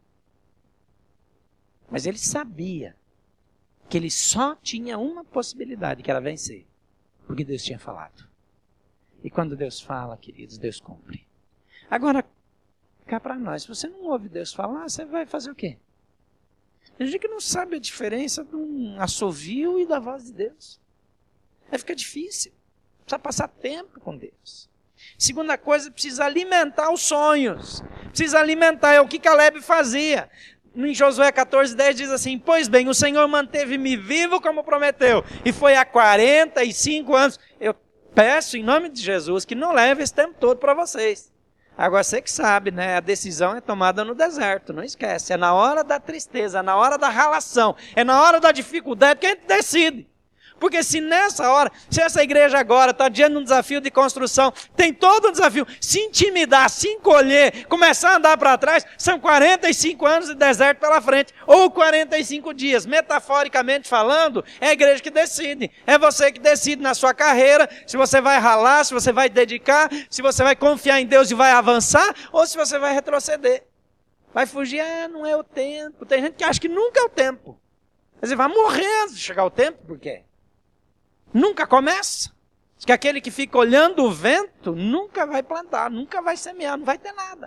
[SPEAKER 1] Mas ele sabia que ele só tinha uma possibilidade, que era vencer. Porque Deus tinha falado. E quando Deus fala, queridos, Deus cumpre. Agora, cá para nós, se você não ouve Deus falar, você vai fazer o quê? Tem gente que não sabe a diferença de um assovio e da voz de Deus. Aí fica difícil. Precisa passar tempo com Deus. Segunda coisa, precisa alimentar os sonhos. Precisa alimentar, é o que Caleb fazia. Em Josué 14:10 diz assim, pois bem, o Senhor manteve-me vivo como prometeu, e foi há 45 anos, eu peço em nome de Jesus que não leve esse tempo todo para vocês. Agora você que sabe, né? A decisão é tomada no deserto, não esquece. É na hora da tristeza, é na hora da ralação, é na hora da dificuldade que a gente decide. Porque se nessa hora, se essa igreja agora está diante de um desafio de construção, tem todo um desafio, se intimidar, se encolher, começar a andar para trás, são 45 anos de deserto pela frente, ou 45 dias, metaforicamente falando, é a igreja que decide, é você que decide na sua carreira, se você vai ralar, se você vai dedicar, se você vai confiar em Deus e vai avançar, ou se você vai retroceder, vai fugir, não é o tempo, tem gente que acha que nunca é o tempo, mas ele vai morrer antes de chegar o tempo, por quê? Nunca começa. Diz que aquele que fica olhando o vento nunca vai plantar, nunca vai semear, não vai ter nada.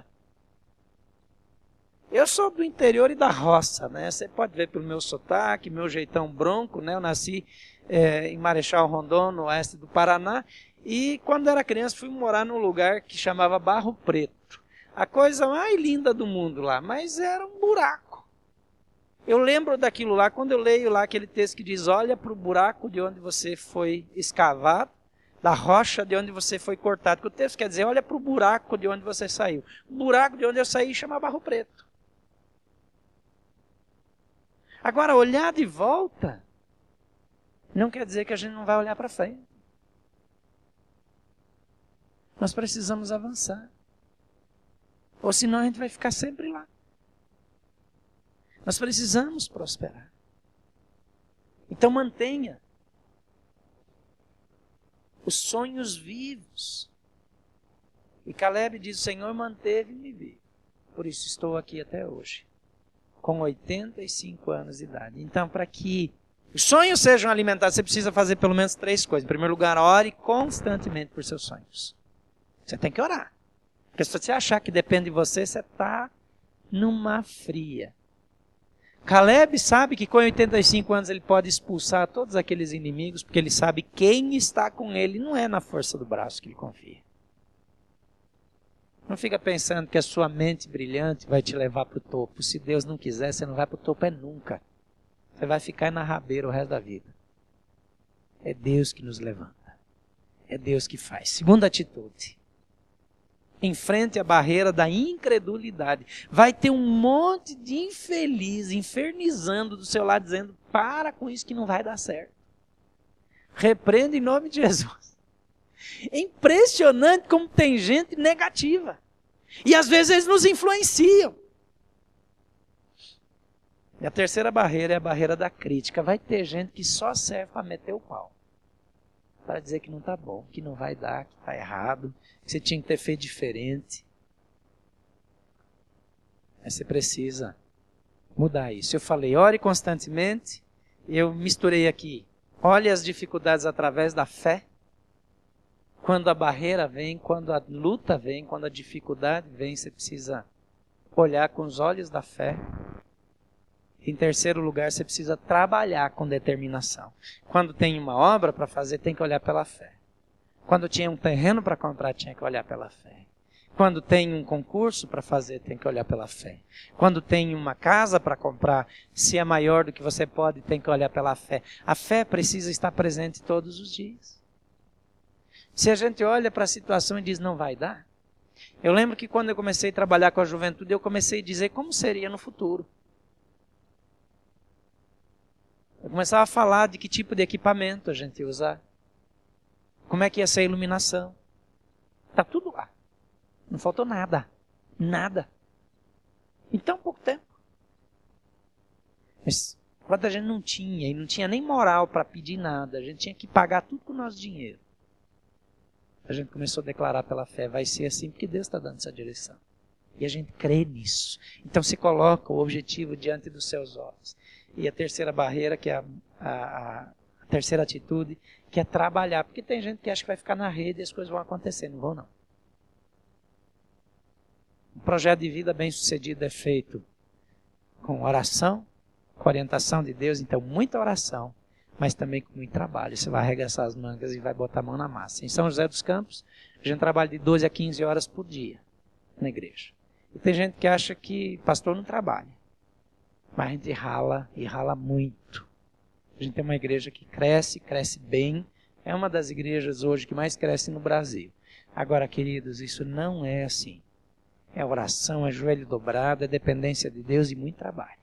[SPEAKER 1] Eu sou do interior e da roça, né? Você pode ver pelo meu sotaque, meu jeitão bronco, né? Eu nasci em Marechal Rondon, no oeste do Paraná, e quando era criança fui morar num lugar que chamava Barro Preto. A coisa mais linda do mundo lá, mas era um buraco. Eu lembro daquilo lá, quando eu leio lá aquele texto que diz, olha para o buraco de onde você foi escavado, da rocha de onde você foi cortado. Que o texto quer dizer, olha para o buraco de onde você saiu. O buraco de onde eu saí chama Barro Preto. Agora, olhar de volta não quer dizer que a gente não vai olhar para frente. Nós precisamos avançar. Ou senão a gente vai ficar sempre lá. Nós precisamos prosperar. Então mantenha os sonhos vivos. E Caleb diz, o Senhor manteve-me vivo. Por isso estou aqui até hoje. Com 85 anos de idade. Então, para que os sonhos sejam alimentados, você precisa fazer pelo menos 3 coisas. Em primeiro lugar, ore constantemente por seus sonhos. Você tem que orar. Porque se você achar que depende de você, você está numa fria. Caleb sabe que com 85 anos ele pode expulsar todos aqueles inimigos, porque ele sabe quem está com ele, não é na força do braço que ele confia. Não fica pensando que a sua mente brilhante vai te levar para o topo. Se Deus não quiser, você não vai para o topo nunca. Você vai ficar na rabeira o resto da vida. É Deus que nos levanta. É Deus que faz. Segunda atitude. Enfrente a barreira da incredulidade. Vai ter um monte de infeliz infernizando do seu lado, dizendo, para com isso que não vai dar certo. Repreenda em nome de Jesus. É impressionante como tem gente negativa. E às vezes eles nos influenciam. E a terceira barreira é a barreira da crítica. Vai ter gente que só serve para meter o pau. Para dizer que não está bom, que não vai dar, que está errado, que você tinha que ter feito diferente. Mas você precisa mudar isso. Eu falei, ore constantemente. Eu misturei aqui, olhe as dificuldades através da fé. Quando a barreira vem, quando a luta vem, quando a dificuldade vem, você precisa olhar com os olhos da fé. Em terceiro lugar, você precisa trabalhar com determinação. Quando tem uma obra para fazer, tem que olhar pela fé. Quando tinha um terreno para comprar, tinha que olhar pela fé. Quando tem um concurso para fazer, tem que olhar pela fé. Quando tem uma casa para comprar, se é maior do que você pode, tem que olhar pela fé. A fé precisa estar presente todos os dias. Se a gente olha para a situação e diz, não vai dar. Eu lembro que quando eu comecei a trabalhar com a juventude, eu comecei a dizer como seria no futuro. Eu começava a falar de que tipo de equipamento a gente ia usar. Como é que ia ser a iluminação. Está tudo lá. Não faltou nada. Nada. Em tão pouco tempo. Mas quando a gente não tinha, e não tinha nem moral para pedir nada, a gente tinha que pagar tudo com o nosso dinheiro. A gente começou a declarar pela fé, vai ser assim porque Deus está dando essa direção. E a gente crê nisso. Então se coloca o objetivo diante dos seus olhos. E a terceira barreira, que é a terceira atitude, que é trabalhar. Porque tem gente que acha que vai ficar na rede e as coisas vão acontecer. Não vão, não. Um projeto de vida bem sucedido é feito com oração, com orientação de Deus. Então, muita oração, mas também com muito trabalho. Você vai arregaçar as mangas e vai botar a mão na massa. Em São José dos Campos, a gente trabalha de 12 a 15 horas por dia na igreja. E tem gente que acha que pastor não trabalha. Mas a gente rala e rala muito. A gente tem uma igreja que cresce bem, É uma das igrejas hoje que mais cresce no Brasil. Agora, queridos, isso não é assim. É oração, é joelho dobrado, é dependência de Deus e muito trabalho.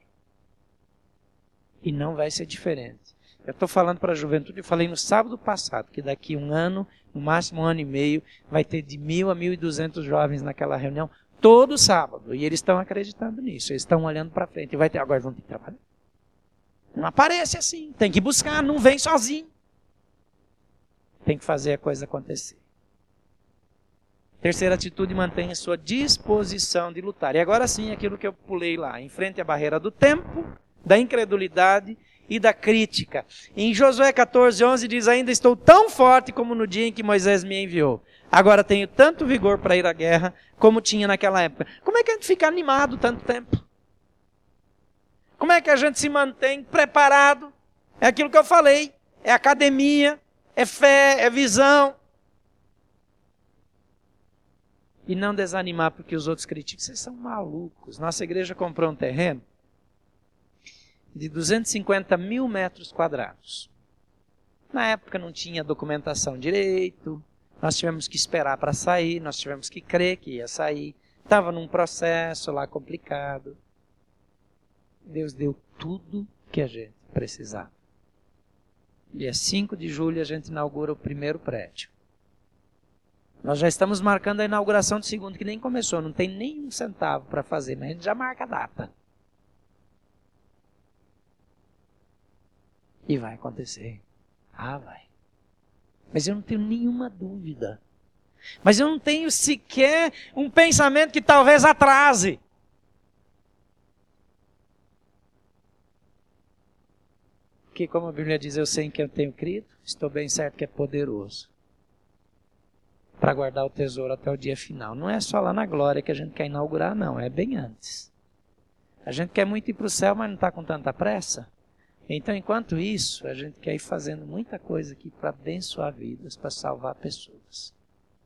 [SPEAKER 1] E não vai ser diferente. Eu estou falando para a juventude, eu falei no sábado passado, que daqui 1 ano, no máximo 1 ano e meio, vai ter de 1.000 a 1.200 jovens naquela reunião, todo sábado. E eles estão acreditando nisso, eles estão olhando para frente. E vai ter, agora vão ter que trabalhar. Não aparece assim, tem que buscar, não vem sozinho. Tem que fazer a coisa acontecer. Terceira atitude, mantenha sua disposição de lutar. E agora sim, aquilo que eu pulei lá, enfrente a barreira do tempo, da incredulidade e da crítica. Em Josué 14:11 diz, ainda estou tão forte como no dia em que Moisés me enviou. Agora tenho tanto vigor para ir à guerra como tinha naquela época. Como é que a gente fica animado tanto tempo? Como é que a gente se mantém preparado? É aquilo que eu falei, é academia, é fé, é visão. E não desanimar porque os outros criticam. Vocês são malucos. Nossa igreja comprou um terreno de 250 mil metros quadrados. Na época não tinha documentação direito. Nós tivemos que esperar para sair. Nós tivemos que crer que ia sair. Estava num processo lá complicado. Deus deu tudo que a gente precisava. Dia 5 de julho a gente inaugura o primeiro prédio. Nós já estamos marcando a inauguração do segundo, que nem começou, não tem nem um centavo para fazer, mas a gente já marca a data. E vai acontecer. Ah, vai. Mas eu não tenho nenhuma dúvida. Mas eu não tenho sequer um pensamento que talvez atrase. Porque como a Bíblia diz, eu sei em quem eu tenho crido, estou bem certo que é poderoso para guardar o tesouro até o dia final. Não é só lá na glória que a gente quer inaugurar, não. É bem antes. A gente quer muito ir para o céu, mas não está com tanta pressa. Então, enquanto isso, a gente quer ir fazendo muita coisa aqui para abençoar vidas, para salvar pessoas.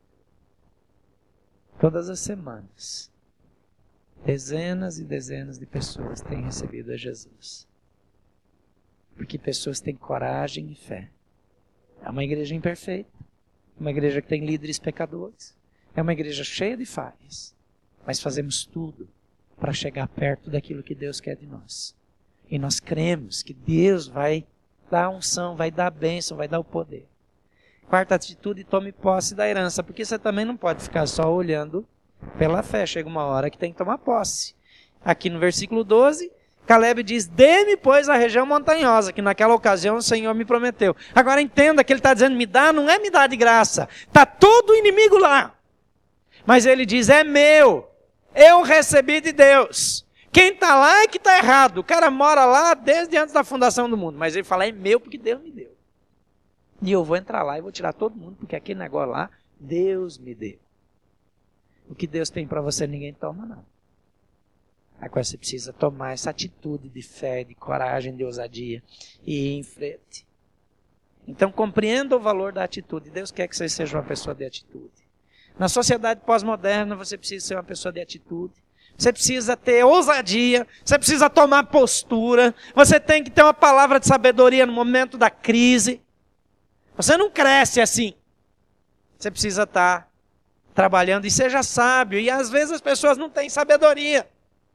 [SPEAKER 1] Todas as semanas, dezenas e dezenas de pessoas têm recebido a Jesus. Porque pessoas têm coragem e fé. É uma igreja imperfeita. Uma igreja que tem líderes pecadores. É uma igreja cheia de falhas. Mas fazemos tudo para chegar perto daquilo que Deus quer de nós. E nós cremos que Deus vai dar a unção, vai dar a bênção, vai dar o poder. Quarta atitude, tome posse da herança. Porque você também não pode ficar só olhando pela fé. Chega uma hora que tem que tomar posse. Aqui no versículo 12... Caleb diz, dê-me, pois, a região montanhosa, que naquela ocasião o Senhor me prometeu. Agora entenda que ele está dizendo, me dá, não é me dar de graça. Está todo o inimigo lá. Mas ele diz, é meu. Eu recebi de Deus. Quem está lá é que está errado. O cara mora lá desde antes da fundação do mundo. Mas ele fala, é meu porque Deus me deu. E eu vou entrar lá e vou tirar todo mundo, porque aquele negócio lá, Deus me deu. O que Deus tem para você, ninguém toma, não. Agora você precisa tomar essa atitude de fé, de coragem, de ousadia e ir em frente. Então compreenda o valor da atitude. Deus quer que você seja uma pessoa de atitude. Na sociedade pós-moderna você precisa ser uma pessoa de atitude. Você precisa ter ousadia, você precisa tomar postura, você tem que ter uma palavra de sabedoria no momento da crise. Você não cresce assim. Você precisa estar trabalhando e seja sábio. E às vezes as pessoas não têm sabedoria.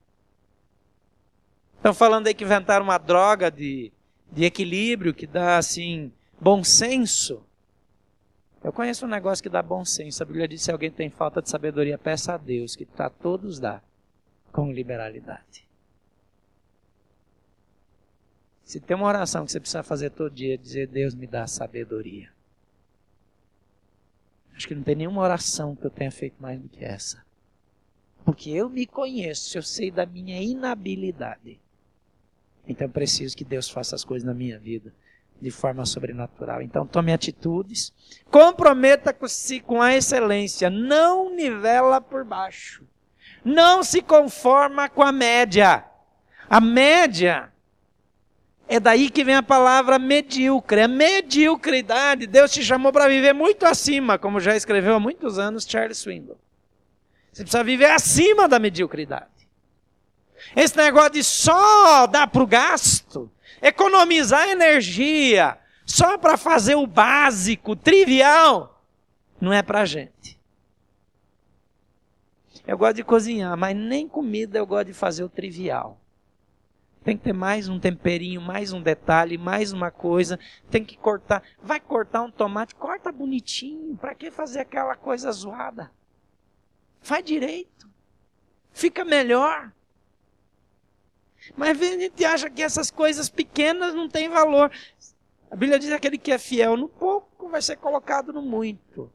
[SPEAKER 1] Estão falando aí que inventaram uma droga de equilíbrio que dá, assim, bom senso. Eu conheço um negócio que dá bom senso. A Bíblia diz que se alguém tem falta de sabedoria, peça a Deus, que a todos dá, com liberalidade. Se tem uma oração que você precisa fazer todo dia, dizer, Deus me dá sabedoria. Acho que não tem nenhuma oração que eu tenha feito mais do que essa. Porque eu me conheço, eu sei da minha inabilidade. Então eu preciso que Deus faça as coisas na minha vida de forma sobrenatural. Então tome atitudes, comprometa-se com a excelência, não nivela por baixo, não se conforma com a média. A média é daí que vem a palavra medíocre. A mediocridade, Deus te chamou para viver muito acima, como já escreveu há muitos anos Charles Swindoll. Você precisa viver acima da mediocridade. Esse negócio de só dar para o gasto, economizar energia, só para fazer o básico, trivial, não é para a gente. Eu gosto de cozinhar, mas nem comida eu gosto de fazer o trivial. Tem que ter mais um temperinho, mais um detalhe, mais uma coisa. Tem que cortar. Vai cortar um tomate, corta bonitinho. Para que fazer aquela coisa zoada? Faz direito. Fica melhor. Mas a gente acha que essas coisas pequenas não têm valor. A Bíblia diz que aquele que é fiel no pouco vai ser colocado no muito.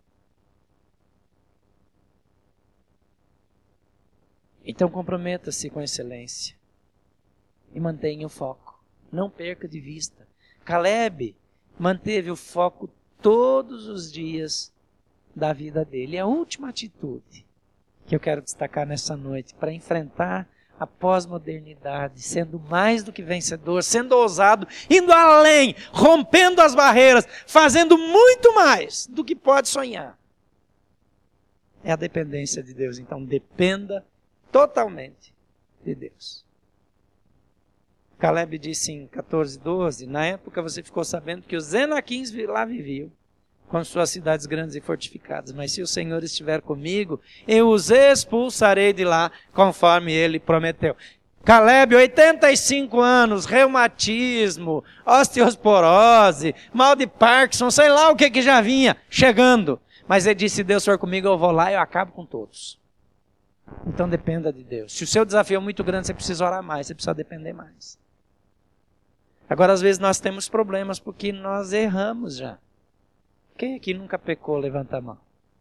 [SPEAKER 1] Então comprometa-se com excelência. E mantenha o foco. Não perca de vista. Caleb manteve o foco todos os dias da vida dele. É a última atitude que eu quero destacar nessa noite para enfrentar a pós-modernidade, sendo mais do que vencedor, sendo ousado, indo além, rompendo as barreiras, fazendo muito mais do que pode sonhar. É a dependência de Deus. Então dependa totalmente de Deus. Caleb disse em 14:12, na época você ficou sabendo que os Enaquins lá viviam, com suas cidades grandes e fortificadas. Mas se o Senhor estiver comigo, eu os expulsarei de lá, conforme ele prometeu. Caleb, 85 anos, reumatismo, osteoporose, mal de Parkinson, sei lá o que já vinha chegando. Mas ele disse, se Deus for comigo, eu vou lá e eu acabo com todos. Então dependa de Deus. Se o seu desafio é muito grande, você precisa orar mais, você precisa depender mais. Agora, às vezes, nós temos problemas porque nós erramos já. Quem aqui nunca pecou? Levanta a mão.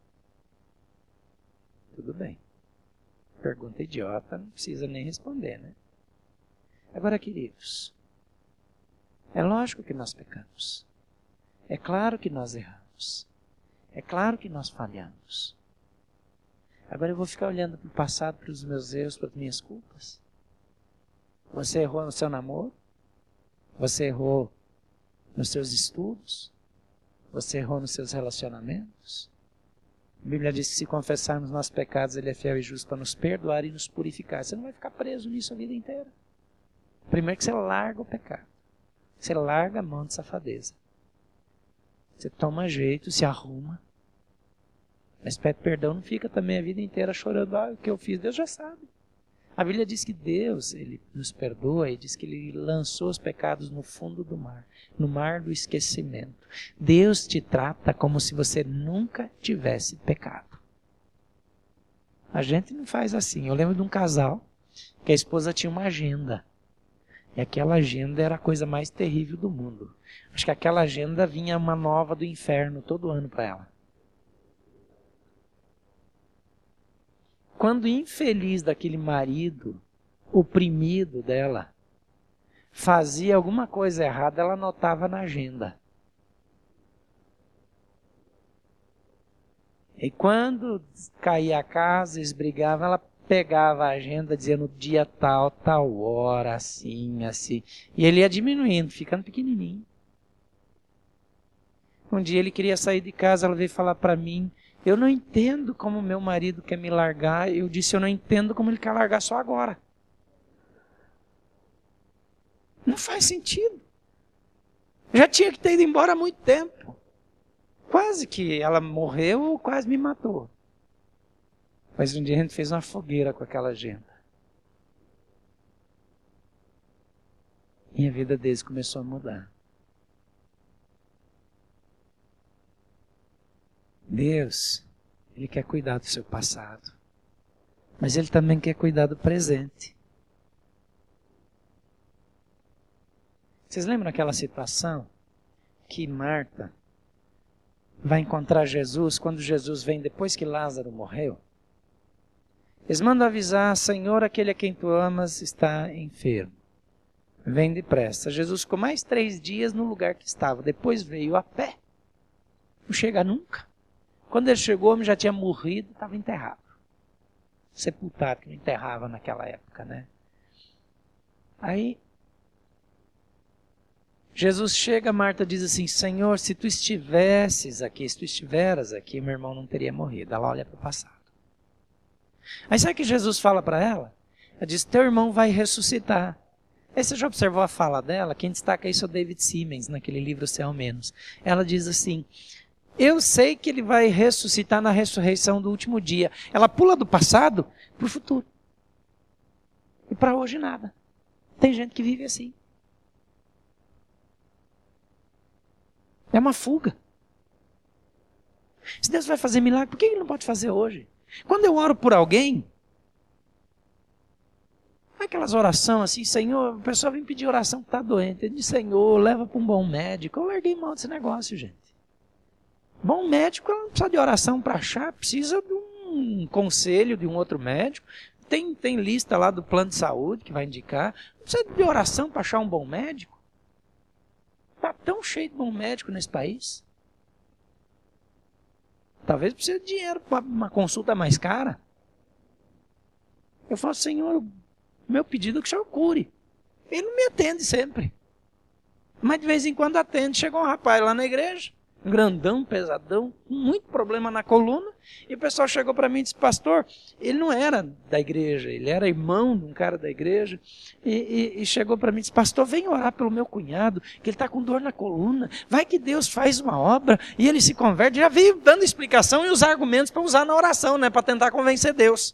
[SPEAKER 1] Tudo bem. Pergunta idiota, não precisa nem responder, né? Agora, queridos, é lógico que nós pecamos. É claro que nós erramos. É claro que nós falhamos. Agora eu vou ficar olhando para o passado, para os meus erros, para as minhas culpas. Você errou no seu namoro? Você errou nos seus estudos? Você errou nos seus relacionamentos? A Bíblia diz que se confessarmos nossos pecados, Ele é fiel e justo para nos perdoar e nos purificar. Você não vai ficar preso nisso a vida inteira. Primeiro que você larga o pecado. Você larga a mão de safadeza. Você toma jeito, se arruma. Mas pede perdão, não fica também a vida inteira chorando. O que eu fiz, Deus já sabe. A Bíblia diz que Deus, Ele nos perdoa e diz que Ele lançou os pecados no fundo do mar, no mar do esquecimento. Deus te trata como se você nunca tivesse pecado. A gente não faz assim. Eu lembro de um casal que a esposa tinha uma agenda. E aquela agenda era a coisa mais terrível do mundo. Acho que aquela agenda vinha uma nova do inferno todo ano para ela. Quando o infeliz daquele marido, oprimido dela, fazia alguma coisa errada, ela anotava na agenda. E quando caía a casa, eles brigavam, ela pegava a agenda dizendo dia tal, tal hora, assim, assim. E ele ia diminuindo, ficando pequenininho. Um dia ele queria sair de casa, ela veio falar para mim, eu não entendo como meu marido quer me largar. Eu disse, eu não entendo como ele quer largar só agora. Não faz sentido. Já tinha que ter ido embora há muito tempo. Quase que ela morreu ou quase me matou. Mas um dia a gente fez uma fogueira com aquela agenda. E a vida deles começou a mudar. Deus, Ele quer cuidar do seu passado. Mas Ele também quer cuidar do presente. Vocês lembram aquela situação que Marta vai encontrar Jesus quando Jesus vem depois que Lázaro morreu? Eles mandam avisar, Senhor, aquele a quem tu amas está enfermo. Vem depressa. Jesus ficou mais 3 dias no lugar que estava. Depois veio a pé. Não chega nunca. Quando ele chegou, o homem já tinha morrido, estava enterrado. Sepultado, que não enterrava naquela época, né? Aí, Jesus chega, Marta diz assim, Senhor, se tu estiveras aqui, meu irmão não teria morrido. Ela olha para o passado. Aí sabe o que Jesus fala para ela? Ela diz, teu irmão vai ressuscitar. Aí você já observou a fala dela? Quem destaca isso é o David Simmons, naquele livro Céu ao Menos. Ela diz assim: eu sei que ele vai ressuscitar na ressurreição do último dia. Ela pula do passado para o futuro. E para hoje nada. Tem gente que vive assim. É uma fuga. Se Deus vai fazer milagre, por que Ele não pode fazer hoje? Quando eu oro por alguém, aquelas orações assim, Senhor, o pessoal vem pedir oração que está doente. Ele diz, Senhor, leva para um bom médico. Eu larguei mão desse negócio, gente. Bom médico não precisa de oração para achar, precisa de um conselho de um outro médico. Tem lista lá do plano de saúde que vai indicar. Não precisa de oração para achar um bom médico. Está tão cheio de bom médico nesse país. Talvez precise de dinheiro para uma consulta mais cara. Eu falo, Senhor, meu pedido é que o Senhor cure. Ele não me atende sempre. Mas de vez em quando atende. Chegou um rapaz lá na igreja, grandão, pesadão, com muito problema na coluna, e o pessoal chegou para mim e disse, pastor, ele não era da igreja, ele era irmão de um cara da igreja, e chegou para mim e disse, pastor, vem orar pelo meu cunhado, que ele está com dor na coluna, vai que Deus faz uma obra, e ele se converte. Já veio dando explicação e os argumentos para usar na oração, né, para tentar convencer Deus.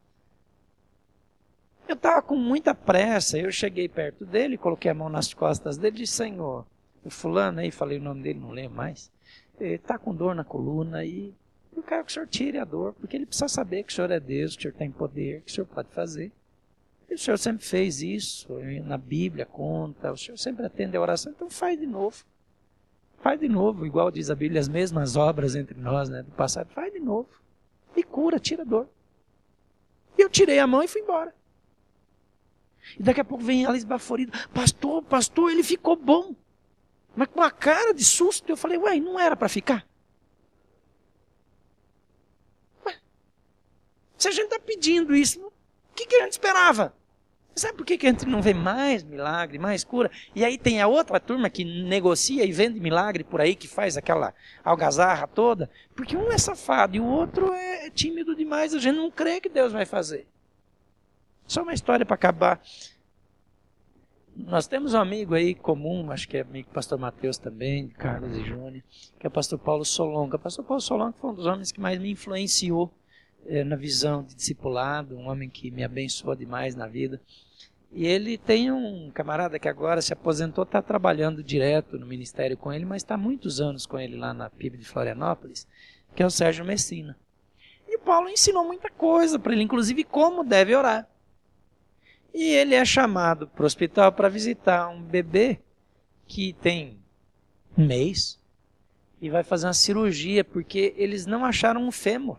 [SPEAKER 1] Eu estava com muita pressa, eu cheguei perto dele, coloquei a mão nas costas dele e disse, Senhor, o fulano aí, falei o nome dele, não lembro mais, está com dor na coluna e eu quero que o Senhor tire a dor, porque ele precisa saber que o Senhor é Deus, que o Senhor tem poder, que o Senhor pode fazer. E o Senhor sempre fez isso, na Bíblia conta, o Senhor sempre atende a oração, então faz de novo. Faz de novo, igual diz a Bíblia, as mesmas obras entre nós, né, do passado, faz de novo. E cura, tira a dor. E eu tirei a mão e fui embora. E daqui a pouco vem ela esbaforida, pastor, ele ficou bom. Mas com uma cara de susto, eu falei, ué, não era para ficar? Ué, se a gente está pedindo isso, o que a gente esperava? Sabe por que a gente não vê mais milagre, mais cura? E aí tem a outra turma que negocia e vende milagre por aí, que faz aquela algazarra toda, porque um é safado e o outro é tímido demais, a gente não crê que Deus vai fazer. Só uma história para acabar. Nós temos um amigo aí comum, acho que é amigo do pastor Mateus também, Carlos e Júnior, que é o pastor Paulo Solonga. O pastor Paulo Solonga foi um dos homens que mais me influenciou na visão de discipulado, um homem que me abençoou demais na vida. E ele tem um camarada que agora se aposentou, está trabalhando direto no ministério com ele, mas está há muitos anos com ele lá na PIB de Florianópolis, que é o Sérgio Messina. E o Paulo ensinou muita coisa para ele, inclusive como deve orar. E ele é chamado para o hospital para visitar um bebê que tem um mês e vai fazer uma cirurgia porque eles não acharam um fêmur.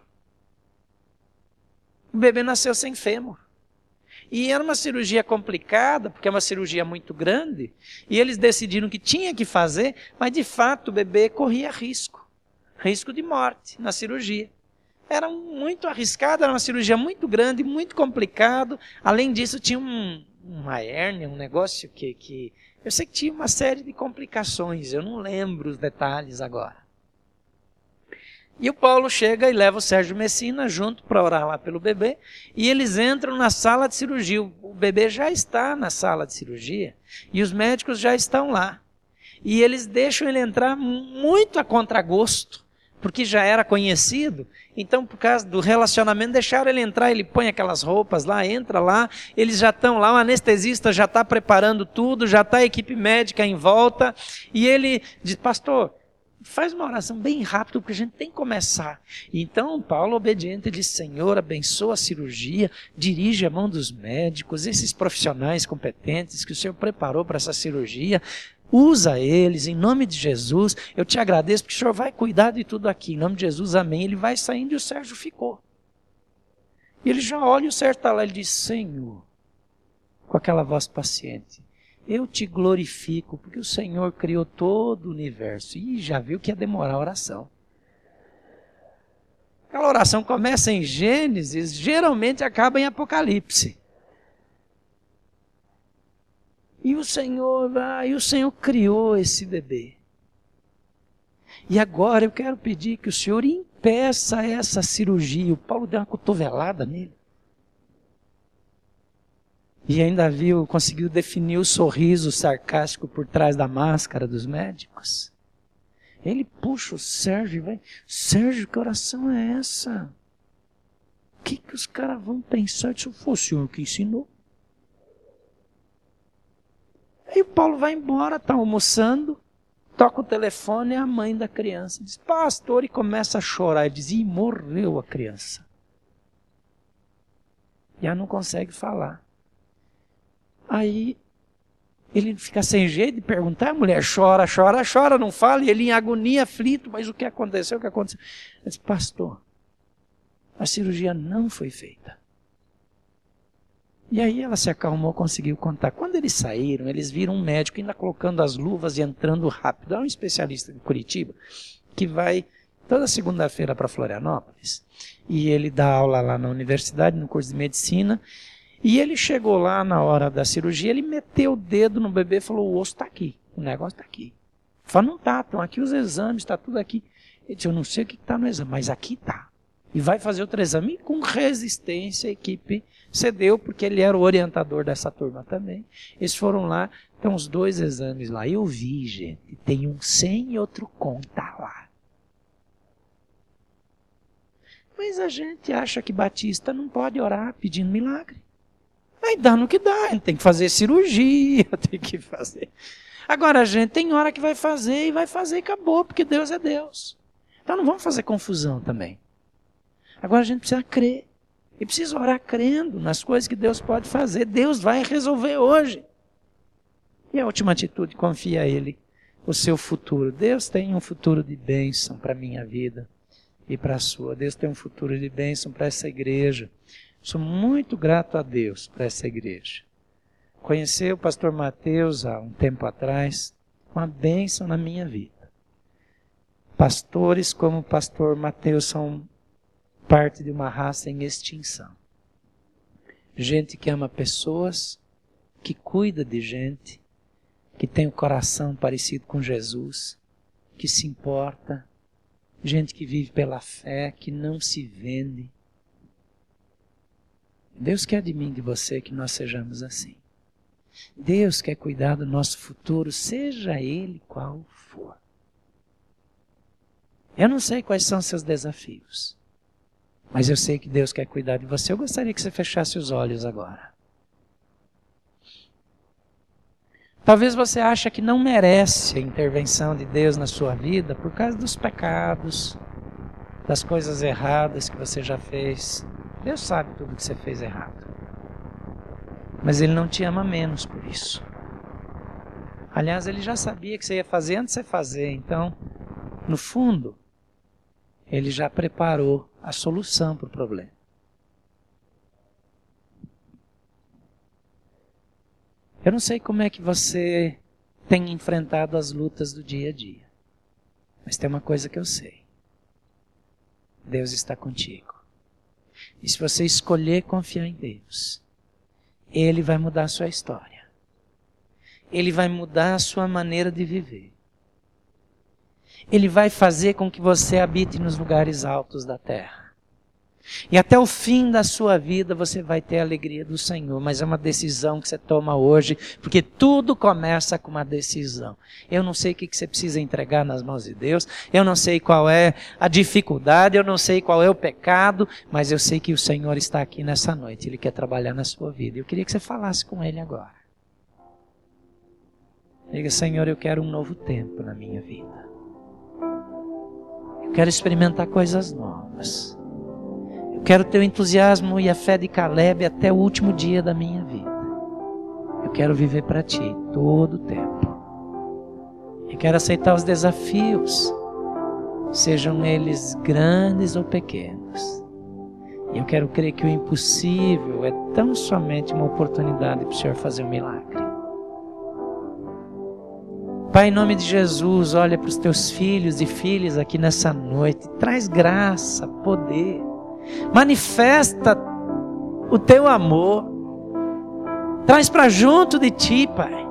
[SPEAKER 1] O bebê nasceu sem fêmur. E era uma cirurgia complicada, porque é uma cirurgia muito grande, e eles decidiram que tinha que fazer, mas de fato o bebê corria risco de morte na cirurgia. Era muito arriscado, era uma cirurgia muito grande, muito complicado. Além disso, tinha uma hérnia, um negócio que... Eu sei que tinha uma série de complicações, eu não lembro os detalhes agora. E o Paulo chega e leva o Sérgio Messina junto para orar lá pelo bebê, e eles entram na sala de cirurgia. O bebê já está na sala de cirurgia, e os médicos já estão lá. E eles deixam ele entrar muito a contragosto, porque já era conhecido, então por causa do relacionamento deixaram ele entrar, ele põe aquelas roupas lá, entra lá, eles já estão lá, o anestesista já está preparando tudo, já está a equipe médica em volta, e ele diz, pastor, faz uma oração bem rápido, porque a gente tem que começar. Então Paulo, obediente, diz, Senhor, abençoa a cirurgia, dirige a mão dos médicos, esses profissionais competentes que o Senhor preparou para essa cirurgia, usa eles, em nome de Jesus, eu te agradeço, porque o Senhor vai cuidar de tudo aqui, em nome de Jesus, amém. Ele vai saindo e o Sérgio ficou. E ele já olha e o Sérgio está lá, ele diz, Senhor, com aquela voz paciente, eu te glorifico, porque o Senhor criou todo o universo. E já viu que ia demorar a oração. Aquela oração começa em Gênesis, geralmente acaba em Apocalipse. E o Senhor criou esse bebê. E agora eu quero pedir que o Senhor impeça essa cirurgia. O Paulo deu uma cotovelada nele. E ainda conseguiu definir o sorriso sarcástico por trás da máscara dos médicos. Ele puxa o Sérgio e vai: Sérgio, que oração é essa? O que os caras vão pensar se foi o senhor que ensinou? Aí o Paulo vai embora, está almoçando, toca o telefone, é a mãe da criança. Diz: pastor, e começa a chorar. Ele diz: e morreu a criança. Já não consegue falar. Aí ele fica sem jeito de perguntar, a mulher chora, não fala, e ele em agonia, aflito: mas o que aconteceu? Ele disse: pastor, a cirurgia não foi feita. E aí ela se acalmou, conseguiu contar. Quando eles saíram, eles viram um médico ainda colocando as luvas e entrando rápido. É um especialista de Curitiba que vai toda segunda-feira para Florianópolis. E ele dá aula lá na universidade, no curso de medicina. E ele chegou lá na hora da cirurgia, ele meteu o dedo no bebê e falou: o osso está aqui, o negócio está aqui. Falou: não está, estão aqui os exames, está tudo aqui. Ele disse: eu não sei o que está no exame, mas aqui está. E vai fazer outro exame. E com resistência a equipe cedeu, porque ele era o orientador dessa turma também. Eles foram lá, estão os 2 exames lá. Eu vi, gente, tem um sem e outro com, tá lá. Mas a gente acha que batista não pode orar pedindo milagre. Aí dá no que dá, a gente tem que fazer cirurgia, tem que fazer. Agora a gente tem hora que vai fazer e acabou, porque Deus é Deus. Então não vamos fazer confusão também. Agora a gente precisa crer. E precisa orar crendo nas coisas que Deus pode fazer. Deus vai resolver hoje. E a última atitude: confia a Ele o seu futuro. Deus tem um futuro de bênção para a minha vida e para a sua. Deus tem um futuro de bênção para essa igreja. Sou muito grato a Deus por essa igreja. Conheci o pastor Mateus há um tempo atrás, uma bênção na minha vida. Pastores como o pastor Mateus são parte de uma raça em extinção. Gente que ama pessoas, que cuida de gente, que tem o coração parecido com Jesus, que se importa, gente que vive pela fé, que não se vende. Deus quer de mim e de você que nós sejamos assim. Deus quer cuidar do nosso futuro, seja ele qual for. Eu não sei quais são seus desafios, mas eu sei que Deus quer cuidar de você. Eu gostaria que você fechasse os olhos agora. Talvez você ache que não merece a intervenção de Deus na sua vida por causa dos pecados, das coisas erradas que você já fez. Deus sabe tudo que você fez errado. Mas Ele não te ama menos por isso. Aliás, Ele já sabia que você ia fazer antes de você fazer. Então, no fundo, Ele já preparou a solução para o problema. Eu não sei como é que você tem enfrentado as lutas do dia a dia. Mas tem uma coisa que eu sei. Deus está contigo. E se você escolher confiar em Deus, Ele vai mudar a sua história. Ele vai mudar a sua maneira de viver. Ele vai fazer com que você habite nos lugares altos da terra. E até o fim da sua vida você vai ter a alegria do Senhor. Mas é uma decisão que você toma hoje, porque tudo começa com uma decisão. Eu não sei o que você precisa entregar nas mãos de Deus. Eu não sei qual é a dificuldade. Eu não sei qual é o pecado. Mas eu sei que o Senhor está aqui nessa noite. Ele quer trabalhar na sua vida. Eu queria que você falasse com Ele agora. Diga: Senhor, eu quero um novo tempo na minha vida. Eu quero experimentar coisas novas. Eu quero ter o entusiasmo e a fé de Caleb até o último dia da minha vida. Eu quero viver para Ti todo o tempo. Eu quero aceitar os desafios, sejam eles grandes ou pequenos. E eu quero crer que o impossível é tão somente uma oportunidade para o Senhor fazer um milagre. Pai, em nome de Jesus, olha para os Teus filhos e filhas aqui nessa noite. Traz graça, poder. Manifesta o Teu amor. Traz para junto de Ti, Pai.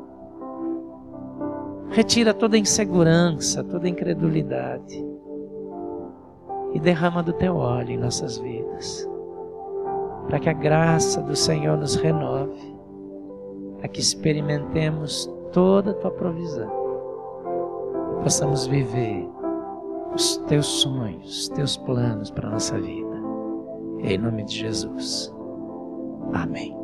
[SPEAKER 1] Retira toda insegurança, toda incredulidade. E derrama do Teu óleo em nossas vidas. para que a graça do Senhor nos renove, para que experimentemos toda a tua provisão, e possamos viver os teus sonhos, os teus planos para a nossa vida. Em nome de Jesus. Amém.